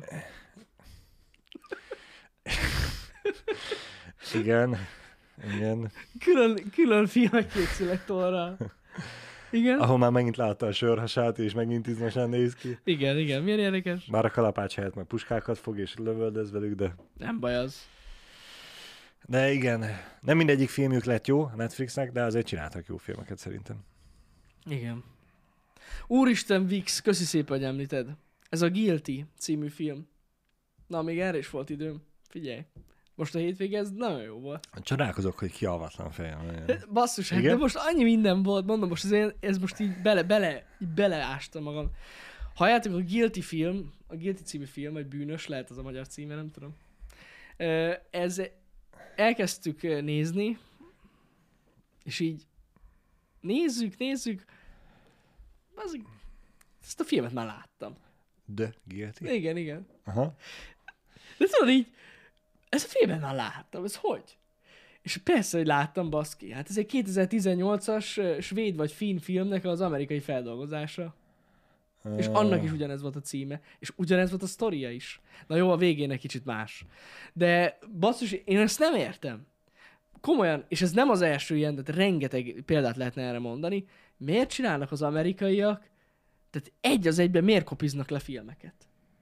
igen, igen. Külön, külön filmek készülnek Torral. Igen? Ahol már megint látta a sörhasát, és megint izmosan néz ki. Igen, igen. Milyen érdekes? Bár a kalapács helyett meg puskákat fog, és lövöldöz velük, de... Nem baj az. De igen, nem mindegyik filmjük lett jó a Netflixnek, de azért csináltak jó filmeket szerintem. Igen. Úristen, Vix, köszi szépen, hogy említed. Ez a Guilty című film. Na, még erre is volt időm. Figyelj. Most a hétvége ez nagyon jó volt. Csodálkozok, hogy kialvatlan fejem. Nagyon. Basszus, hát Igen? de most annyi minden volt, mondom, most ez, én- ez most így bele, bele, így beleástam magam. Halljátok, a Guilty film, a Guilty című film, vagy Bűnös, lehet az a magyar címe, nem tudom. Ö, Ez, elkezdtük nézni, és így nézzük, nézzük, az, ezt a filmet már láttam. De Guilty? Igen, igen. Aha. De tudod így, ezt a filmet már láttam, ez hogy? És persze, hogy láttam, baszki. Hát ez egy kétezer-tizennyolcas ö, svéd vagy finn filmnek az amerikai feldolgozása. És annak is ugyanez volt a címe. És ugyanez volt a sztoria is. Na jó, a végén egy kicsit más. De basszus, én ezt nem értem. Komolyan, és ez nem az első ilyen, de rengeteg példát lehetne erre mondani. Miért csinálnak az amerikaiak, tehát egy az egyben miért kopiznak le filmeket?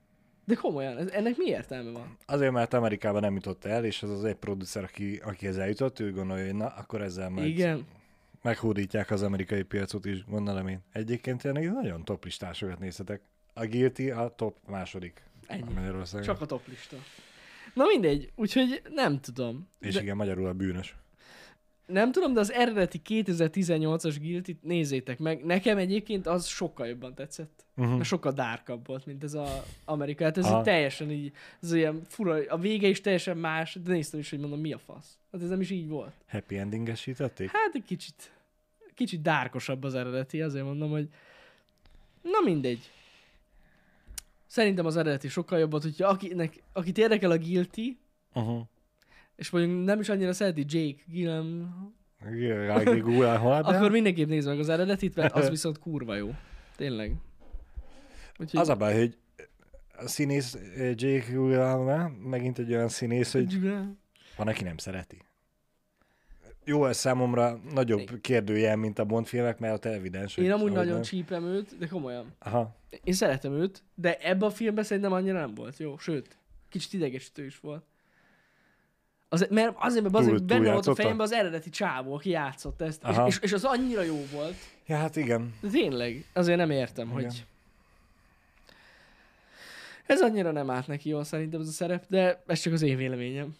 De komolyan, ez, ennek mi értelme van? Azért, mert Amerikában nem jutott el, és az az egy producer, aki, aki ezzel jutott, ő gondolja, hogy na, akkor ezzel majd Igen. meghódítják az amerikai piacot is, gondolom én. Egyébként tényleg nagyon top listásokat nézhetek. A Guilty a top második. Ennyi. Magyarországon. Csak a top lista. Na mindegy, úgyhogy nem tudom. És De, igen, magyarul a bűnös. nem tudom, de az eredeti kétezer-tizennyolcas Guilty-t nézzétek meg. Nekem egyébként az sokkal jobban tetszett. Uh-huh. Mert sokkal dárkabb volt, mint ez a Amerika. Hát ez Aha. így teljesen így, ez ilyen fura, a vége is teljesen más, de néztem is, hogy mondom, mi a fasz. Hát ez nem is így volt. Happy endingesítették? Hát egy kicsit, kicsit dárkosabb az eredeti, azért mondom, hogy na mindegy. Szerintem az eredeti sokkal jobb volt, hogyha akinek, akit érdekel a Guilty, Uh-huh. és mondjuk nem is annyira szereti Jake Gyllenhaal, Google akkor mindenképp nézd meg az eredetit, mert az viszont kurva jó. Tényleg. Úgyhogy... Az a baj, hogy a színész eh, Jake Gyllenhaal megint egy olyan színész, hogy van, aki nem szereti. Jó, ez számomra nagyobb kérdőjel, mint a Bond filmek, mert ott evidens. Én amúgy nagyon nem... csípem őt, de komolyan. Aha. Én szeretem őt, de ebben a filmben szerintem annyira nem volt jó. Sőt, kicsit idegesítő is volt. Az, mert azért, mert azért Túl- benne volt a túljátszotta? fejemben az eredeti csávó, aki játszott ezt, és, Aha. és, és az annyira jó volt. Ja, hát igen. De tényleg, azért nem értem, Igen. hogy... Ez annyira nem állt neki jól szerintem ez a szerep, de ez csak az én véleményem.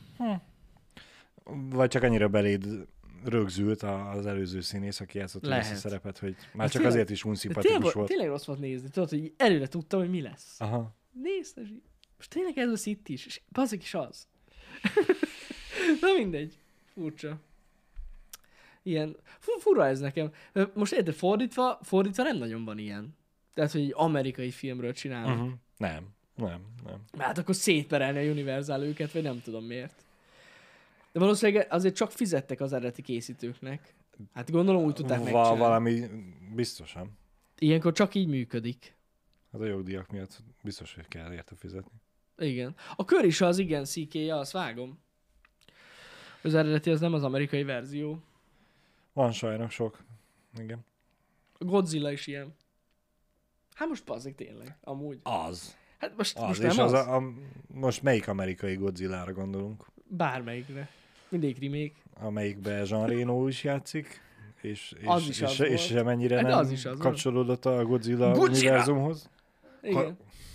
Vagy csak annyira beléd rögzült a- az előző színész, aki játszott ezt a Lehet. szerepet, hogy már Hát csak tényleg- azért is De unszimpatikus tényleg, volt. tényleg rossz volt nézni. Tudod, hogy előre tudtam, hogy mi lesz. Aha. Nézd, és így- most tényleg ez lesz itt is, és bazik is az. Na mindegy. Furcsa. Ilyen, fu- fura ez nekem. Ö, Most érted, fordítva, fordítva nem nagyon van ilyen. Tehát, hogy egy amerikai filmről csinálnak. Uh-huh. Uh-huh. Nem, nem, nem. Hát akkor szétperelni a Universal őket, vagy nem tudom miért. De valószínűleg azért csak fizettek az eredeti készítőknek. Hát gondolom úgy tudták Va- megcsinálni. valami biztosan. Ilyenkor csak így működik. Hát a jogdíjak miatt biztos, hogy kell érte fizetni. Igen. A kör is az, igen, szíkéje, azt vágom. Az eredeti az nem az amerikai verzió. Van sajnos sok. Igen. A Godzilla is ilyen. Hát most bazzik tényleg, amúgy. Az. Hát most, Az, most és nem az? az a, a, most melyik amerikai Godzilla-ra gondolunk? Bármelyikre. Mindig remake. Amelyikben Jean Reno is játszik, és, és, Az is és, az és, volt. semennyire Hát nem az is az volt. kapcsolódott a Godzilla, Godzilla! univerzumhoz. Igen.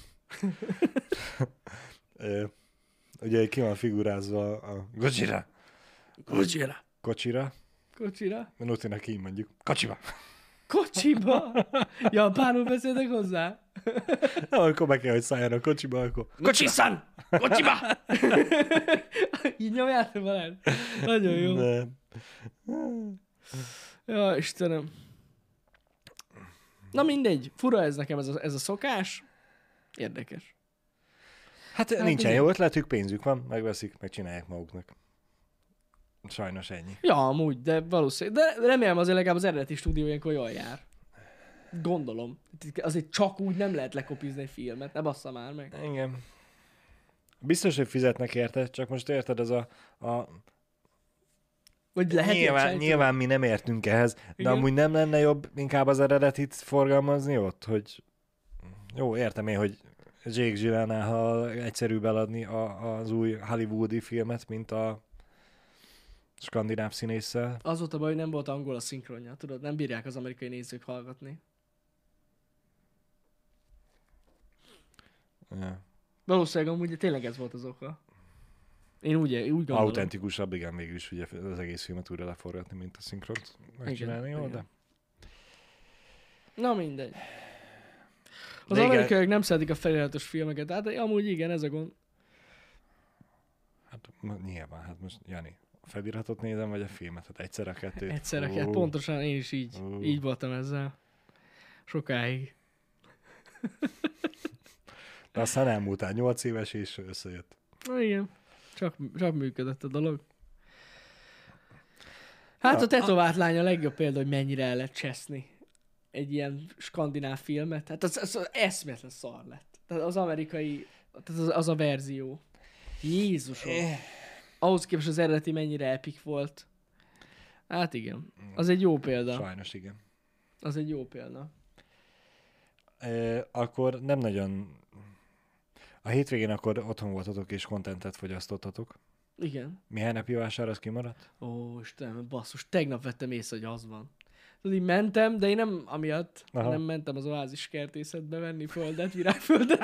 Ö, Ugye ki van figurázva a Godzilla Godzilla. kocsira, Kocsira. Nutinak így mondjuk. Kocsiba! Kocsiba? Japánul beszéltek hozzá? Nem, amikor be kell, hogy szálljon a kocsiba, akkor Kocsi-san! Kocsiba! Így nyomjátok veled? Nagyon jó. De, Ja, Istenem. Na mindegy, fura ez nekem ez a, ez a szokás. Érdekes. hát, Hát nincsen igen. jó ötletük, pénzük van, megveszik, megcsinálják maguknak. Sajnos ennyi. Ja, amúgy, de valószínűleg. De remélem azért legalább az eredeti stúdió ilyenkor jól jár. Gondolom. Azért csak úgy nem lehet lekopizni egy filmet, ne bassza már meg. Igen. Biztos, hogy fizetnek érte, csak most érted, ez a, a Vagy lehet nyilván, ilyet sejteni? nyilván mi nem értünk ehhez, de Igen. amúgy nem lenne jobb inkább az eredetit forgalmazni ott, hogy jó, értem én, hogy Jake Gyllenhaal egyszerűbb eladni a, az új hollywoodi filmet, mint a skandináv színésszel. Az volt a baj, hogy nem volt angol a szinkronja, tudod, nem bírják az amerikai nézők hallgatni. Ja. Valószínűleg amúgy tényleg ez volt az oka. Én úgy, úgy gondolom. Autentikusabb, igen, mégis ugye az egész filmet újra leforgatni, mint a szinkront megcsinálni, jó, igen. de... Na mindegy. Az De igen. amerikaiak nem szeretik a feliratos filmeket, hát amúgy igen, ez a gond. Hát m- nyilván, hát most Jani, a feliratot nézem, vagy a filmet? Hát egyszer a kettőt. Egyszerre Ó. kell, pontosan én is így, Ó. így voltam ezzel. Sokáig. De aztán elmúltál nyolc éves, és összejött. Na igen, csak, csak működött a dolog. Hát Ja, a tetovált lány a legjobb példa, hogy mennyire el lehet cseszni egy ilyen skandináv filmet. Hát az, az, az eszméletlen szar lett. Tehát az amerikai, tehát az, az a verzió. Jézusom. Ahhoz képest az eredeti mennyire epik volt. Hát igen. Az egy jó példa. Sajnos igen. Az egy jó példa. E, akkor nem nagyon... A hétvégén akkor otthon voltatok és kontentet fogyasztottatok. Igen. Milyen napi vásár az kimaradt? Ó, Istenem, basszus, tegnap vettem észre, hogy az van. Tudod, így mentem, de én nem amiatt, Aha. hanem mentem az oázis kertészetbe venni földet, virágföldet.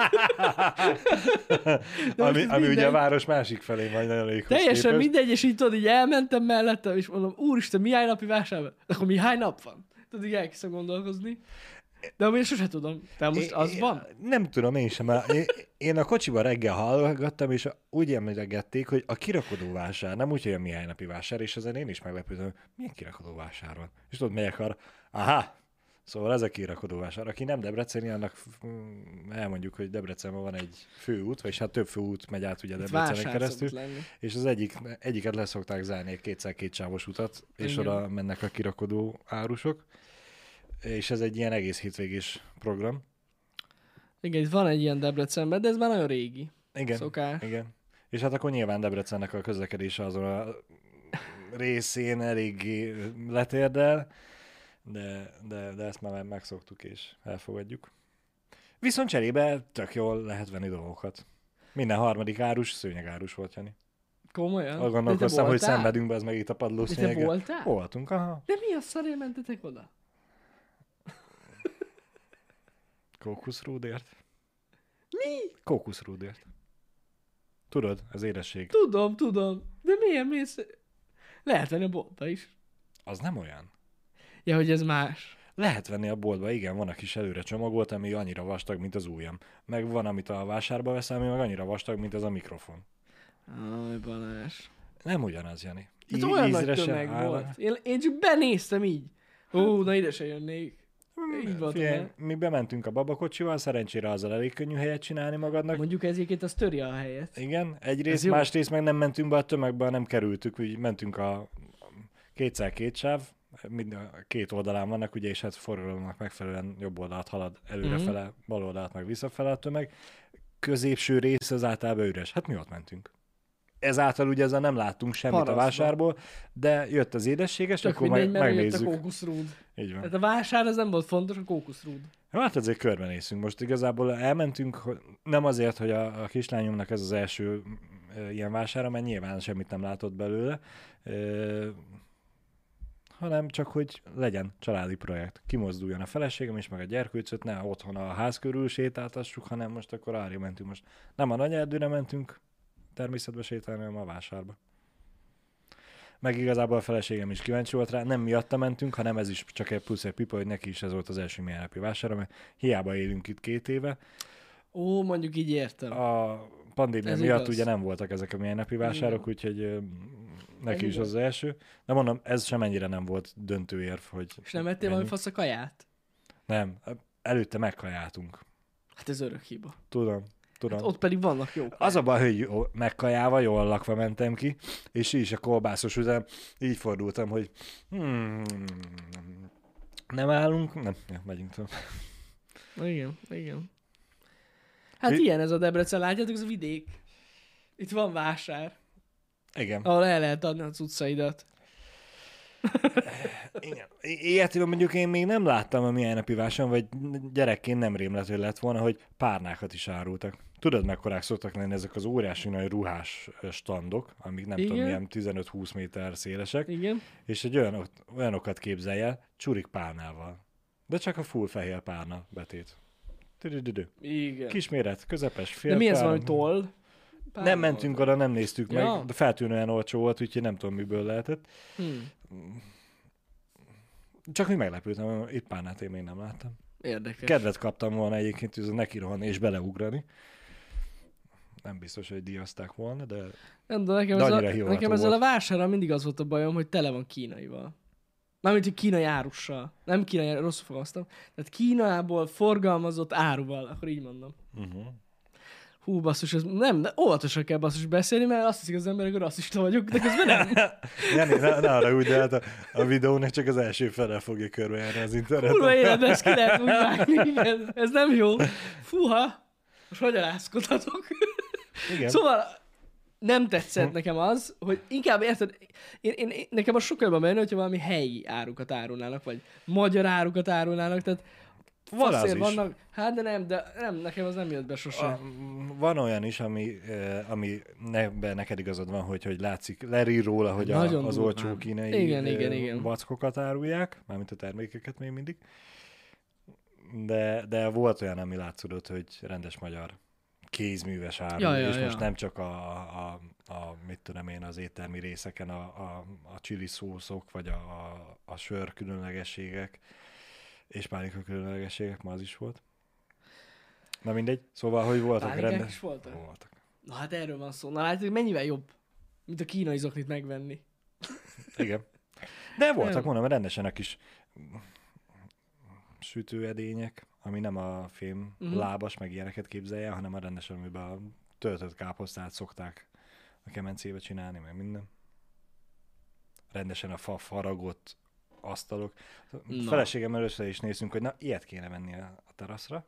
ami ami ugye a város másik felé van nagyon elég. Teljesen mindegy, és így tudod, így elmentem mellettem, és mondom, úristen, milyen napi vásár van? Akkor milyen nap van? Tudod, így elkezdtem gondolkozni. De amúgy sose tudom. Te most az é, van? Nem tudom, én sem. Én, én a kocsiban reggel hallgattam, és úgy emlegették, hogy a kirakodó vásár, nem úgy, hogy a Mihály napi vásár, és ezen én is meglepődöm, milyen kirakodó vásár van. És tudod, melyek arra, aha, szóval ez a kirakodó vásár. Aki nem debreceni, annak elmondjuk, hogy Debrecenben van egy főút, vagyis hát több főút megy át ugye Debrecenen keresztül, és az egyik, egyiket leszokták zárni egy kétszer kétsávos utat, és igen. Oda mennek a kirakodó árusok. És ez egy ilyen egész hétvégés program. Igen, itt van egy ilyen Debrecenben, de ez már nagyon régi igen, szokás. Igen. És hát akkor nyilván Debrecennek a közlekedése azon a részén eléggé letérdel, de, de, de ezt már megszoktuk és elfogadjuk. Viszont cserébe tök jól lehet venni dolgokat. Minden harmadik árus szőnyegárus volt, Jani. Komolyan? Azt gondolkoztam, hogy szenvedünk be, az meg itt a padló szőnyeggel. De te voltál? Voltunk, aha. De mi a szarért mentetek oda? Kókuszrúdért. Mi? Kókuszrúdért. Tudod, az édesség. Tudom, tudom. De milyen mész? Lehet venni a boltba is. Az nem olyan. Ja, hogy ez más. Lehet venni a boltba, igen, van a kis előre csomagolt, ami annyira vastag, mint az ujjam. Meg van, amit a vásárba veszel, ami meg annyira vastag, mint az a mikrofon. Aj, Balázs. Nem ugyanaz, Jani. Ez olyan nagy tömeg volt. Én, én csak benéztem így. Ó, na ide se jönnék. Így Figyelj, mi bementünk a babakocsival, szerencsére azzal elég könnyű helyet csinálni magadnak. Mondjuk ezért az töri a helyet. Igen, egyrészt, másrészt meg nem mentünk be a tömegbe, nem kerültük, úgy mentünk a kétszer két sáv, mind a két oldalán vannak, ugye, és hát forgalomnak megfelelően jobb oldalt halad előrefele, mm-hmm. bal oldalt meg visszafele a tömeg. Középső rész az általában üres. Hát mi ott mentünk. Ezáltal ugye ezzel nem láttunk semmit Paraszba. A vásárból, de jött az édességes, csak akkor mindegy, meg, megnézzük. Jött a kókuszrúd. Így van. Tehát a vásár az nem volt fontos, a kókuszrúd. Hát azért körbenézünk. Most igazából elmentünk, nem azért, hogy a, a kislányomnak ez az első e, ilyen vására, mert nyilván semmit nem látott belőle, e, hanem csak, hogy legyen családi projekt. Kimozduljon a feleségem és meg a gyerkőcöt, ne otthon a ház körül sétáltassuk, hanem most akkor arra mentünk. Most nem a nagy erdőre mentünk természetbe sétálni, hanem a vásárba. Meg igazából a feleségem is kíváncsi volt rá, nem miatta mentünk, hanem ez is csak egy plusz egy pipa, hogy neki is ez volt az első milyen napi vására, mert hiába élünk itt két éve. Ó, mondjuk így értem. A pandémia ez miatt igaz. Ugye nem voltak ezek a milyen napi vásárok, igen. Úgyhogy neki ez is az, az első. De mondom, ez sem ennyire nem volt döntő érv, hogy... És nem ettél valami fasz a kaját? Nem, előtte megkajáltunk. Hát ez örök hiba. Tudom. Tudom. Hát ott pedig vannak jó kaják. Az a baj, hogy jó, megkajálva, jól lakva mentem ki, és így is a kolbászos után így fordultam, hogy hmm, nem állunk, nem, ja, megyünk tovább. Igen, igen. Hát Mi? Ilyen ez a Debrecen, látjátok, ez a vidék. Itt van vásár. Igen. Ahol el lehet adni a cuccaidat. Igen. Ilyet mondjuk én még nem láttam a milyen napi vásáron, vagy gyerekként nem rémlető lett volna, hogy párnákat is árultak. Tudod, mekkorák szoktak lenni ezek az óriási nagy ruhás standok, amik nem Igen. tudom, milyen tizenöt-húsz méter szélesek. Igen. És egy olyan, olyanokat képzelj el, csurik párnával. De csak a full fehér párna betét. Igen. Kisméret, közepes, fél De mi ez párna. valami toll? Pár nem mentünk oda, nem néztük ja. meg, de feltűnően olcsó volt, úgyhogy nem tudom, miből lehetett. Hmm. Csak mi meglepődtem, itt párnát én még nem láttam. Érdekes. Kedvet kaptam volna egyébként, hogy neki rohanni és beleugrani. Nem biztos, hogy díjazták volna, de, nem, de nekem, de ez annyira a, nekem ezzel a vásárral mindig az volt a bajom, hogy tele van kínaival. Mármint, hogy kínai árussal. Nem kínai, rosszul fogalmaztam. Tehát Kínából forgalmazott áruval, akkor így mondom. Uh-huh. Hú, basszus, ez nem, de óvatosan kell basszus beszélni, mert azt hiszik az emberek, hogy rasszista vagyok, de közben nem. Jani, ne, ne arra úgy, de hát a, a videónak csak az első fele fogja körbejárni az interneten. Kurva életben ezt ki lehet úgy vágni, igen. Ez nem jó. Fúha, most hogy alázkodhatok? Igen. Szóval nem tetszett nekem az, hogy inkább érted, én, én, én, nekem a sokkal jobban bejön, hogyha valami helyi árukat árulnának, vagy magyar árukat árulnának, tehát Van az faszér is. vannak. Hát de nem, de nem, nekem az nem jött be sose. A, van olyan is, ami, eh, ami ne, neked igazad van, hogy, hogy látszik, lerír róla, hogy a, Nagyon az durván. olcsó kínai Igen, eh, igen, igen. vackokat árulják, mármint a termékeket még mindig. De, de volt olyan, ami látszódott, hogy rendes magyar kézműves áru, Ja, ja, és ja. most nem csak a, a, a, mit tudom én, az éttermi részeken a, a, a chili szószok, vagy a, a, a sör különlegességek, és pálinka különlegességek, ma az is volt. Na mindegy, szóval, hogy voltak Pálinkák rendes... is voltak? Voltak. Na hát erről van szó. Na látjuk, mennyivel jobb, mint a kínai zoknit megvenni. Igen. De voltak, Nem. mondom, rendesen a kis sütőedények, ami nem a fém Mhm. lábas, meg ilyeneket képzelje, hanem a rendesen, amiben a töltött káposztát szokták a kemencébe csinálni, meg minden. Rendesen a fa faragott asztalok. A Na. feleségem először is néztünk, hogy na, ilyet kéne venni a, a teraszra.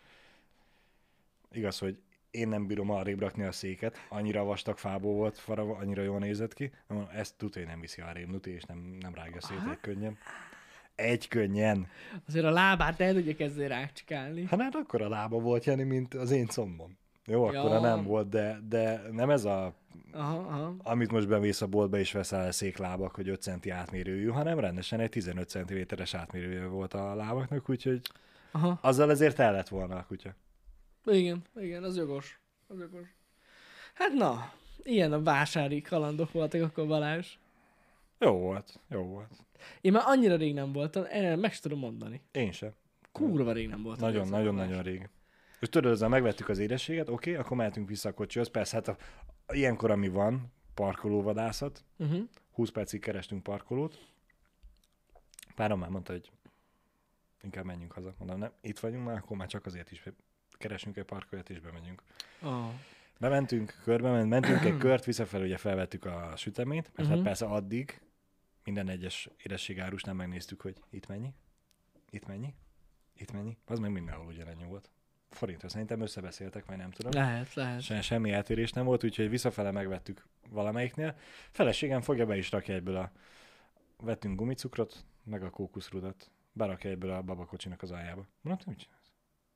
Igaz, hogy én nem bírom arrébb rakni a széket, annyira vastag fából volt faragva, annyira jól nézett ki. Mondom, ezt tudja, hogy nem viszi arrébb Nuti, és nem, nem rágja szét egy könnyen. Egy könnyen. Azért a lábát el tudja kezdeni rácsikálni. Hát hát akkor a lába volt, Jani, mint az én combom. Jó, Ja. akkor nem volt, de, de nem ez a, Aha, aha. amit most bemész a boltba és veszel széklábak, hogy öt centi átmérőjű, hanem rendesen egy tizenöt centiméteres átmérője volt a lábaknak, úgyhogy Aha. azzal ezért el lett volna a kutya. Igen, igen, az jogos. Az jogos. Hát na, ilyen a vásári kalandok voltak akkor, Balázs. Jó volt, jó volt. Én már annyira rég nem voltam, erre meg sem tudom mondani. Én sem. Kurva rég nem voltam. Nagyon, ezen, nagyon, Balázs. nagyon rég. És tudod, ezzel megvettük az édességet, oké, okay, akkor mehetünk vissza a kocsihoz. Persze, hát a, ilyenkor, ami van, parkolóvadászat, Uh-huh. húsz percig kerestünk parkolót. Párom már mondta, hogy inkább menjünk haza. Mondom, nem, itt vagyunk már, akkor már csak azért is keresünk egy parkolót és bemegyünk. Oh. Bementünk, körbe ment, mentünk egy kört, visszafelé ugye felvettük a süteményt, mert Mhm. hát persze addig minden egyes édességárusnál megnéztük, hogy itt mennyi, itt mennyi, itt mennyi, az meg mindenhol ugyanennyi volt. Forintra szerintem összebeszéltek, vagy nem tudom. Lehet, lehet. Se, semmi eltérés nem volt, úgyhogy visszafele megvettük valamelyiknél. Feleségem fogja be is rakja egyből a... Vettünk gumicukrot, meg a kókuszrudat. Berakja egyből a babakocsinak az aljába. Mondom, te mit csinálsz?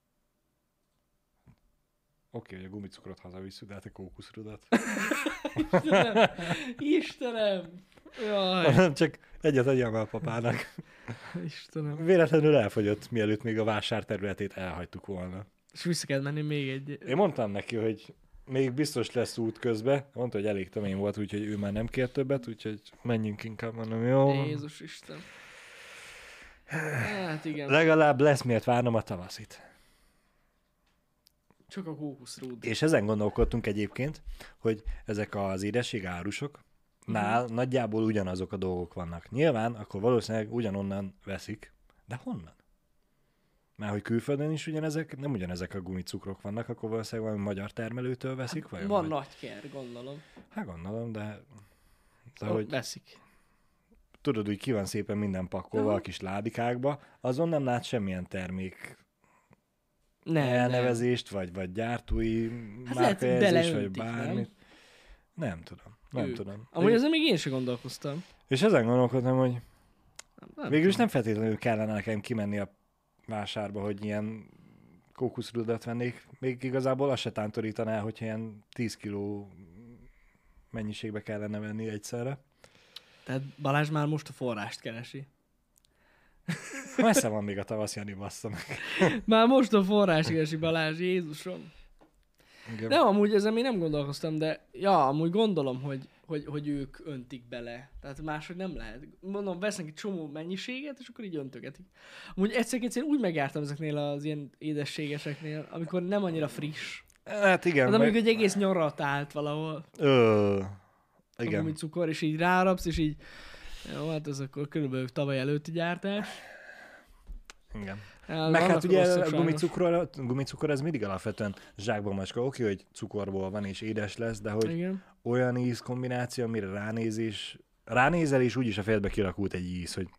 Oké, hogy a gumicukrot hazavisszük, de hát a kókuszrudat. Istenem! Istenem! Jaj, Csak egyet adjam el papának. Istenem. Véletlenül elfogyott, mielőtt még a vásár területét elhagytuk volna. És vissza kell menni még egy... Én mondtam neki, hogy még biztos lesz út közben. Mondta, hogy elég tömény volt, úgyhogy ő már nem kér többet, úgyhogy menjünk inkább, mondom, jó. Jézus Isten. Hát igen. Legalább lesz miért várnom a tavaszit. Csak a kókuszrúd. És ezen gondolkodtunk egyébként, hogy ezek az édességárusok nál uh-huh. nagyjából ugyanazok a dolgok vannak. Nyilván akkor valószínűleg ugyanonnan veszik, de honnan? Mert hogy külföldön is ugyanezek, nem ugyanezek a gumicukrok vannak, akkor valószínűleg valami magyar termelőtől veszik? Hát, Vagy van vagy? nagy ker, gondolom. Hát gondolom, de, de Szóval hogy veszik. tudod, hogy ki van szépen minden pakkolva Aha. a kis ládikákba, azon nem lát semmilyen termék Nem, elnevezést, vagy, vagy gyártói Hát lehet, hogy márkajelzés, vagy beleöntik, bármit. Nem? nem tudom, nem Ők. tudom. Amúgy ezen még én sem gondolkoztam. És ezen gondolkodtam, hogy Nem, nem végül is tudom. nem feltétlenül kellene nekem kimenni a vásárba, hogy ilyen kókuszrudat vennék. Még igazából azt se tántorítaná, hogyha ilyen tíz kiló mennyiségbe kellene venni egyszerre. Tehát Balázs már most a forrást keresi. Messze van még a tavasz, Jani, bassza meg. Már most a forrás keresi Balázs, Jézusom. Igen. Nem, amúgy ezen még nem gondolkoztam, de ja, amúgy gondolom, hogy, hogy, hogy ők öntik bele. Tehát máshogy nem lehet. Mondom, vesznek egy csomó mennyiséget, és akkor így öntögetik. Amúgy egyszer-kétszer úgy megjártam ezeknél az ilyen édességeseknél, amikor nem annyira friss. Hát igen. Hát meg... amikor egy egész nyarat állt valahol. Ö, A igen. gumicukor, és így rárapsz, és így... Jó, hát ez akkor körülbelül tavaly előtti gyártás. Igen. Ja, Meg hát vannak ugye rosszak a sajnos. gumicukor, a gumicukor ez mindig alapvetően zsákban macska. Oké, hogy cukorból van és édes lesz, de hogy Igen. olyan íz kombináció, amire ránézés, ránézel, és úgyis a fejedbe kialakult egy íz, hogy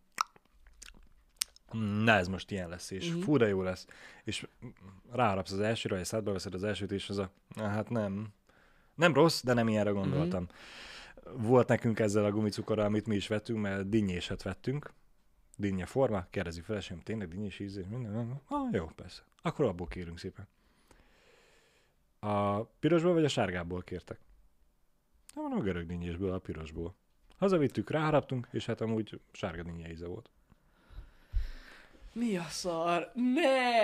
na ez most ilyen lesz, és Mhm. uh-huh. fú, de jó lesz. És ráharapsz az elsőre, vagy szádba veszed az elsőt, és az a, na, hát nem, nem rossz, de nem ilyenre gondoltam. Uh-huh. Volt nekünk ezzel a gumicukorral, amit mi is vettünk, mert dinnyéset vettünk, dinnye forma, kérdezi feleségem, tényleg dinnyés ízés, minden? Ah, jó, persze. Akkor abból kérünk szépen. A pirosból vagy a sárgából kértek? Nem mondom, a görög dinnyésből, a pirosból. Hazavittük, ráharaptunk, és hát amúgy sárga dinnye íze volt. Mi a szar? Ne!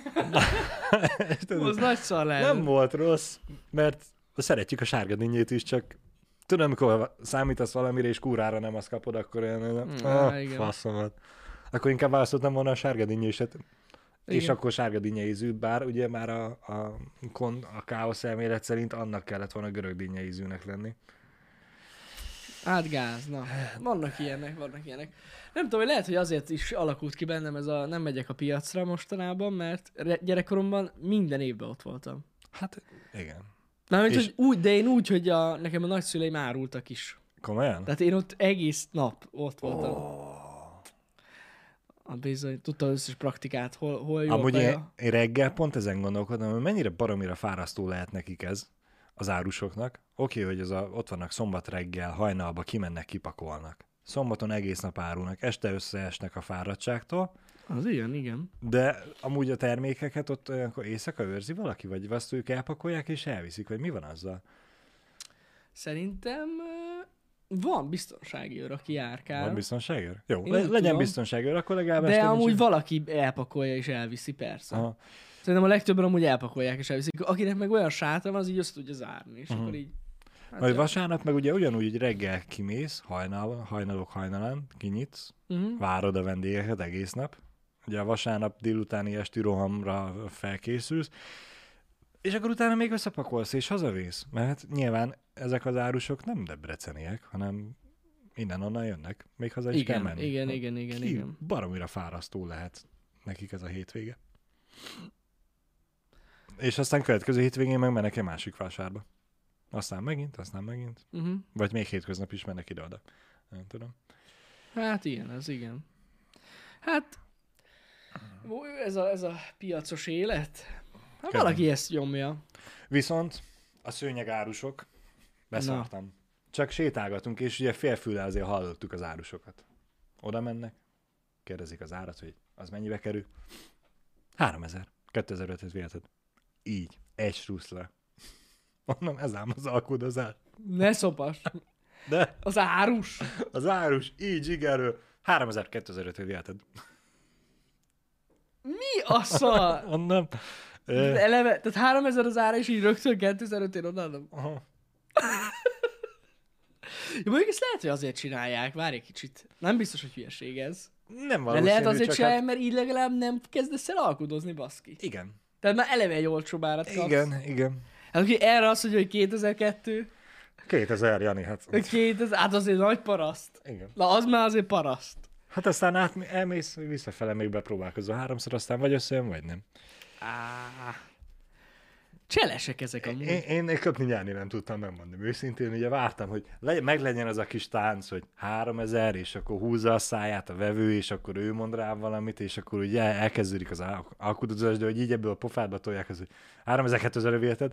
Az nagy szar lehet. Nem volt rossz, mert szeretjük a sárga dinnyét is, csak tudom, amikor számítasz valamire, és kúrára nem azt kapod, akkor olyan, Mm, ah, igen. faszomat. Akkor inkább választottam volna a sárga dinnyéset. És Igen. akkor sárga dinnye ízű, bár ugye már a, a, kon, a káosz elmélet szerint annak kellett volna görög dinnye ízűnek lenni. Hát gáz, na. Vannak ilyenek, vannak ilyenek. Nem tudom, hogy lehet, hogy azért is alakult ki bennem ez a nem megyek a piacra mostanában, mert re- gyerekkoromban minden évben ott voltam. Hát igen. Mármint, És- hogy úgy, de én úgy, hogy a, nekem a nagyszüleim árultak is. Komolyan? Tehát én ott egész nap ott voltam. Oh. A bizony, tudtam az összes praktikát, hol, hol jó Amúgy a én, kaja. én reggel pont ezen gondolkodom, hogy mennyire baromira fárasztó lehet nekik ez, az árusoknak. Oké, hogy az a, ott vannak szombat reggel, hajnalba, kimennek, kipakolnak. Szombaton egész nap árulnak, este összeesnek a fáradtságtól, Az ilyen, igen. de amúgy a termékeket ott olyankor éjszaka őrzi valaki, vagy azt ők elpakolják és elviszik, vagy mi van azzal? Szerintem ö, van biztonsági őr, aki járkál. Van biztonságőr? Jó, Én le, úgy legyen tudom. biztonságőr, akkor legalább De este amúgy nincs- valaki elpakolja és elviszi, persze. Aha. Szerintem a legtöbben amúgy elpakolják és elviszik. Akinek meg olyan sátra van, az így össze tudja zárni, és Mhm. akkor így... Hát Majd ja. vasárnap meg ugye ugyanúgy, hogy reggel kimész, hajnal, hajnalok hajnalán, kinyitsz, Uh-huh. várod a vendégeket egész nap. Ugye a vasárnap délutáni esti rohamra felkészülsz, és akkor utána még összepakolsz és hazavész. Mert hát nyilván ezek az árusok nem debreceniek, hanem innen-onnan jönnek. Még haza is kell Igen, menni. igen, Na, igen, igen, ki igen. baromira fárasztó lehet nekik ez a hétvége. És aztán következő hétvégén meg mennek egy másik vásárba. Aztán megint, aztán megint. Uh-huh. Vagy még hétköznap is mennek ide-oda. Nem tudom. Hát ilyen, ez igen. Hát ez a, ez a piacos élet. Hát Kemény. valaki ezt nyomja. Viszont a szőnyegárusok, beszartam. Csak sétálgatunk, és ugye félfüllel azért hallottuk az árusokat. Oda mennek, kérdezik az árat, hogy az mennyibe kerül. háromezer. kétezer-öthez véleted. Így. Egy struszle. Mondom, ez ám az alkudozás. Ne szopas. De Az árus. az árus így igerről. háromezer kétezer-öthez véleted. Mi a szar? Mondom. De Ö, eleve, tehát háromezer az ára, és így rögtön kétezer-ötén odaadom. aha. Ja, mondjuk ezt lehet, hogy azért csinálják. Várj egy kicsit. Nem biztos, hogy hülyeség ez. Nem De valószínű, lehet azért csak csinálják, hát... mert így legalább nem kezdesz el alkudozni, baszki. Igen. Tehát már eleve egy olcsóbb árat kapsz. Igen, igen. Hát aki erre azt mondja, hogy kétezer-kettő, kétezer, Jani, hát. kétezer, hát azért nagy paraszt. Igen. Na, az már azért paraszt. Hát aztán át, elmész, visszafele még bepróbálkozol háromszor, aztán vagy összejön, vagy nem. Á, cselesek ezek amúgy. Én, én, én köpni nyerni nem tudtam megmondani. Őszintén ugye vártam, hogy legyen, meg legyen az a kis tánc, hogy háromezer, és akkor húzza a száját a vevő, és akkor ő mond rá valamit, és akkor ugye elkezdődik az al- alkudozás, de hogy így ebből a pofádba tolják az, hogy háromezer-kétezer véleted.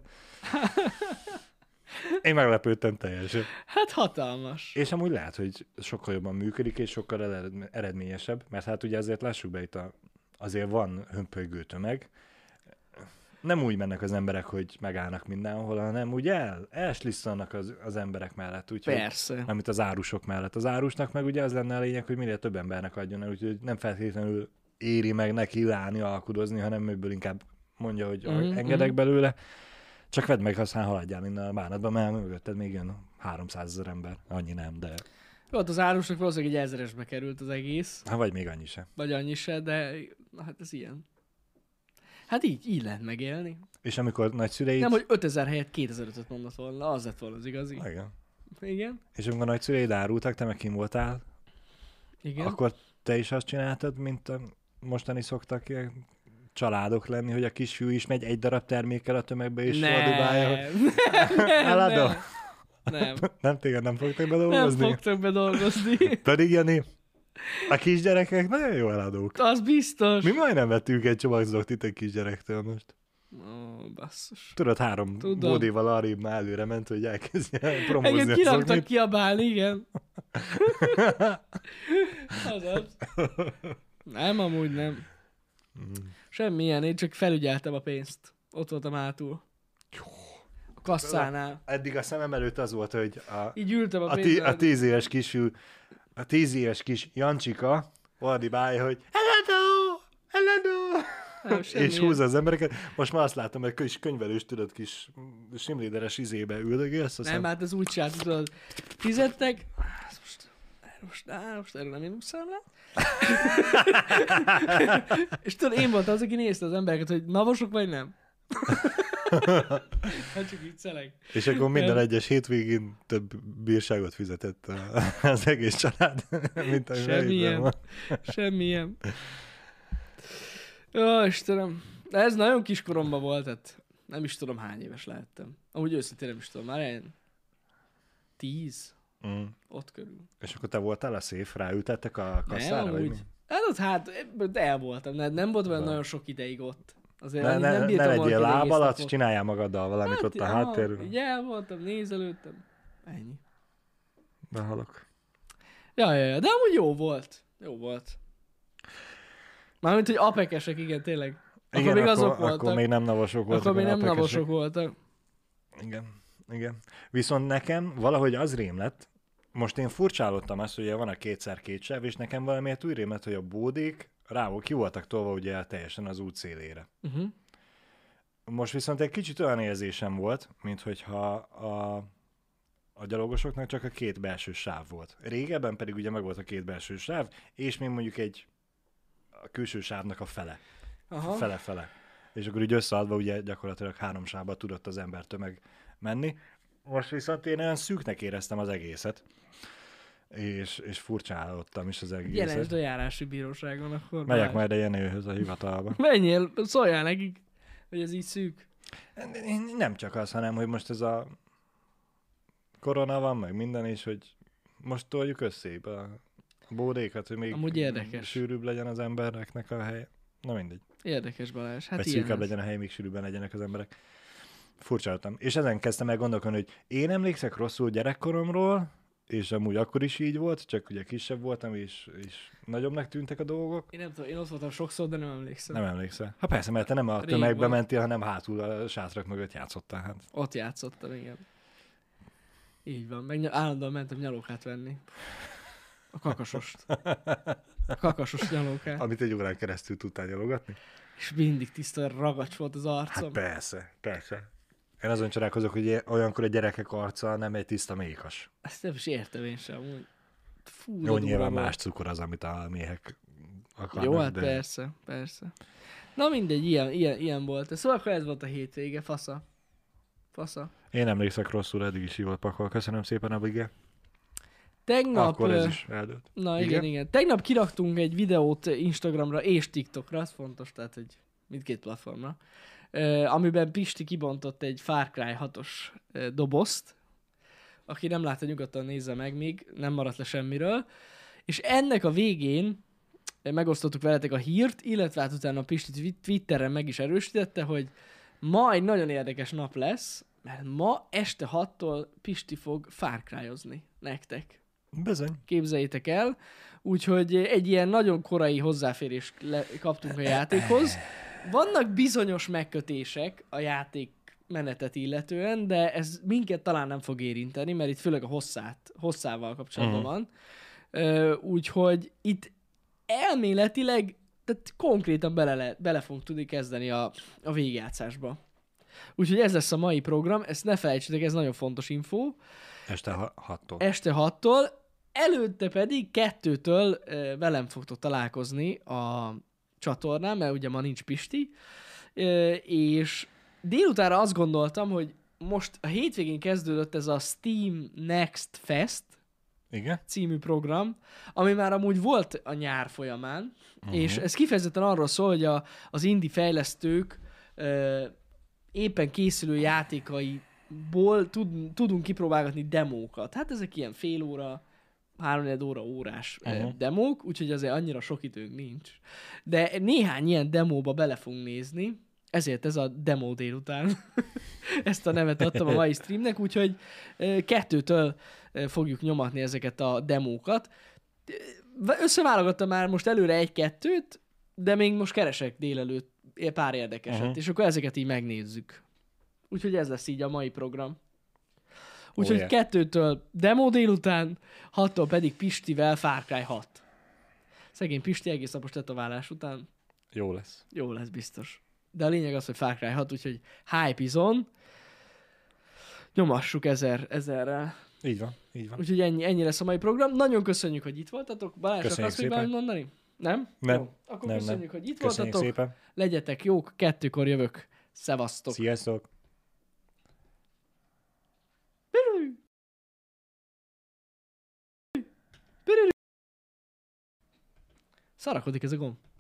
Én meglepődtem teljesen. Hát hatalmas. És amúgy lehet, hogy sokkal jobban működik, és sokkal ered- eredményesebb, mert hát ugye azért lássuk be itt a, azért van hömpölygő tömeg. Nem úgy mennek az emberek, hogy megállnak mindenhol, hanem úgy el, elslisszannak az, az emberek mellett. Úgyhogy, Persze. amit az árusok mellett. Az árusnak meg ugye az lenne a lényeg, hogy minél több embernek adjon el, úgyhogy nem feltétlenül éri meg neki állni, alkudozni, hanem ebből inkább mondja, hogy Mhm, engedek mhm. belőle. Csak vedd meg, aztán haladjál innen a bánatba, mert mögötted még jön háromszázezer ember. Annyi nem, de... Ott az árusnak valószínűleg egy ezeresbe került az egész. Hát vagy még annyi sem. Vagy annyi se, de na, hát ez ilyen. Hát így, így lehet megélni. És amikor nagyszüleid... Nem, hogy ötezer helyett kétezer-ötöt mondott volna, az lett volna az igazi. Igen. Igen, És amikor nagyszüleid árultak, te meg kim voltál, igen. akkor te is azt csináltad, mint a mostani szoktak ilyen családok lenni, hogy a kisfiú is megy egy darab termékkel a tömegbe, és fordulálja, hogy nem, nem, eladom. nem, nem, Nem, téged nem fogtak nem bedolgozni. fogtak bedolgozni. Pedig, Jani, a kisgyerekek nagyon jó eladók. Az biztos. Mi majdnem vettünk egy csomagzoktit egy kisgyerektől most. Ó, basszus. Tudod, három Tudom. bódéval arrébb már előre ment, hogy elkezdje promózni Engem a kiraktak zoknit. kiabálni, igen. Azaz. Nem, amúgy nem. Mm. Semmilyen, én csak felügyeltem a pénzt. Ott voltam hátul. A kasszánál. Eddig a szemem előtt az volt, hogy a, Így ültem a a, tí, pénzzel. a tíz éves kisű, a tíz éves kis Jancsika ordibálja, hogy hello, hello, Nem, és semmilyen. húzza az embereket. Most már azt látom, hogy kis könyvelős, tudod, kis simlideres izébe üldögélsz. Nem, hát ez úgy csinált, tudod, fizettek, ez most, most, á, most erről nem én számlát. És tudod, én voltam az, aki nézte az embereket, hogy navosok vagy nem. Hát csak így szeleg. És akkor minden Nem. egyes hétvégén több bírságot fizetett a- az egész család, mint ami Semmilyen. van. Semmilyen. Jó, Istenem. De ez nagyon kiskoromban volt, tehát nem is tudom hány éves lehettem. Amúgy őszintén nem is tudom, már ilyen tíz, Mm. ott körül. És akkor te voltál a széf, ráültettek a kasszára? Nem, vagy mi? amúgy. Hát ott hát, de el voltam, nem, nem volt olyan Na. nagyon sok ideig ott. Azért Ne, annyit ne, nem ne bírtam legyél volna láb egész alatt, napot. csináljál magaddal valamit ott a aha, háttérről. Így el voltam, nézelődtem. Ennyi. Behalok. Ja, ja, ja, de amúgy jó volt. Jó volt. Mármint, hogy apekesek, igen, tényleg. Akkor Igen, még akkor, azok voltak. akkor még nem navosok voltak. Akkor még nem apekesek. navosok voltak. Igen, igen. Viszont nekem valahogy az rém lett, most én furcsálottam azt, hogy ugye van a kétszer két sáv, és nekem valamiért úgy rém lett, hogy a bódék rá ki voltak tolva ugye teljesen az út szélére. Uh-huh. Most viszont egy kicsit olyan érzésem volt, mint hogyha a, a gyalogosoknak csak a két belső sáv volt. Régebben pedig ugye meg volt a két belső sáv, és még mondjuk egy a külső sávnak a fele. Aha. Fele-fele. És akkor így összeadva ugye gyakorlatilag három sávba tudott az embertömeg menni. Most viszont én olyan szűknek éreztem az egészet, és, és furcsálottam is az egészet. Jelensd a járási bíróságon, akkor... Megyek Balázs. majd a Jenőhöz a hivatalba. Menjél, szóljál nekik, hogy ez így szűk. Nem csak az, hanem hogy most ez a korona van, meg minden, és hogy most toljuk összébb a bódékat, hogy még Amúgy érdekes. sűrűbb legyen az embereknek a hely. Na mindegy. Érdekes, Balázs. Hát Vagy ilyen szűkebb ez. legyen a hely, még sűrűbben legyenek az emberek. Furcsáltam. És ezen kezdtem el gondolkodni, hogy én emlékszek rosszul gyerekkoromról, és amúgy akkor is így volt, csak ugye kisebb voltam, és, és nagyobbnak tűntek a dolgok. Én nem tudom, én ott voltam sokszor, de nem emlékszem. Nem emlékszel? Ha persze, mert te nem a Rég tömegbe volt. mentél, hanem hátul a sátrak mögött játszottál. Hát. Ott játszottam, igen. Így van, meg ny- állandóan mentem nyalókát venni. A kakasost. A kakasos nyalókát. Amit egy órán keresztül tudtál nyalogatni? És mindig tiszta ragacs volt az arcom. Hát persze, persze. Én azon csodálkozok, hogy ilyen- olyankor a gyerekek arca nem egy tiszta mékas. Ezt nem is értem én sem, úgy. Fú, de Jó, durva nyilván volt. más cukor az, amit a méhek akarnak. Jó, hát de... persze, persze. Na mindegy, ilyen, ilyen, ilyen volt. Szóval akkor ez volt a hétvége, fasza. Fasza. Én emlékszek rosszul, eddig is jól pakol. Köszönöm szépen, Abige. Tegnap... Akkor ez ö, is eldőlt. Na igen, Igen? igen, igen. Tegnap kiraktunk egy videót Instagramra és TikTokra, ez fontos, tehát hogy mindkét platformra, uh, amiben Pisti kibontott egy Far Cry hatos uh, dobozt. Aki nem látta, nyugodtan nézze meg még, nem maradt le semmiről. És ennek a végén uh, megosztottuk veletek a hírt, illetve hát utána Pisti twi- Twitteren meg is erősítette, hogy ma egy nagyon érdekes nap lesz, mert ma este hattól Pisti fog Far Cry-ozni nektek. Bizony. Képzeljétek el. Úgyhogy egy ilyen nagyon korai hozzáférést le- kaptunk a játékhoz. Vannak bizonyos megkötések a játék menetet illetően, de ez minket talán nem fog érinteni, mert itt főleg a hosszát, hosszával kapcsolatban Mhm. van. Ö, Úgyhogy itt elméletileg, tehát konkrétan bele, le, bele fogunk tudni kezdeni a, a végigjátszásba. Úgyhogy ez lesz a mai program, ezt ne felejtsétek, ez nagyon fontos info. Este ha- hattól. Este hattól, előtte pedig kettőtől ö, velem fogtok találkozni a csatornán, mert ugye ma nincs Pisti, ö, és délutánra azt gondoltam, hogy most a hétvégén kezdődött ez a Steam Next Fest Igen? című program, ami már amúgy volt a nyár folyamán, uh-huh. és ez kifejezetten arról szól, hogy a, az indie fejlesztők ö, éppen készülő játékaiból tud, tudunk kipróbálgatni demókat. Hát ezek ilyen fél óra, három óra órás Uh-huh. uh-huh. demók, úgyhogy azért annyira sok időnk nincs. De néhány ilyen demóba bele fogunk nézni, ezért ez a demo délután. Ezt a nevet adtam a mai streamnek, úgyhogy ö, kettőtől ö, fogjuk nyomatni ezeket a demókat. összeválogattam már most előre egy-kettőt, de még most keresek délelőtt pár érdekeset, Uh-huh. és akkor ezeket így megnézzük. Úgyhogy ez lesz így a mai program. Úgyhogy Oh, yeah. kettőtől demo délután, hattól pedig Pistivel Far Cry hat. Szegény Pisti egész napos tetoválás után Jó lesz. jó lesz biztos. De a lényeg az, hogy Far Cry hat, úgyhogy hype is on. Nyomassuk ezer, ezerrel. Így van, így van. Úgyhogy ennyi, ennyi lesz a mai program. Nagyon köszönjük, hogy itt voltatok. Balázs, Köszönjük akarsz még szépen. valamit mondani? Nem? Nem. Jó. Akkor Nem, köszönjük, nem. hogy itt Köszönjük voltatok. szépen. Legyetek jók, kettőkor jövök. Szevasztok. Sziasztok. Szarakodik ez a gomb.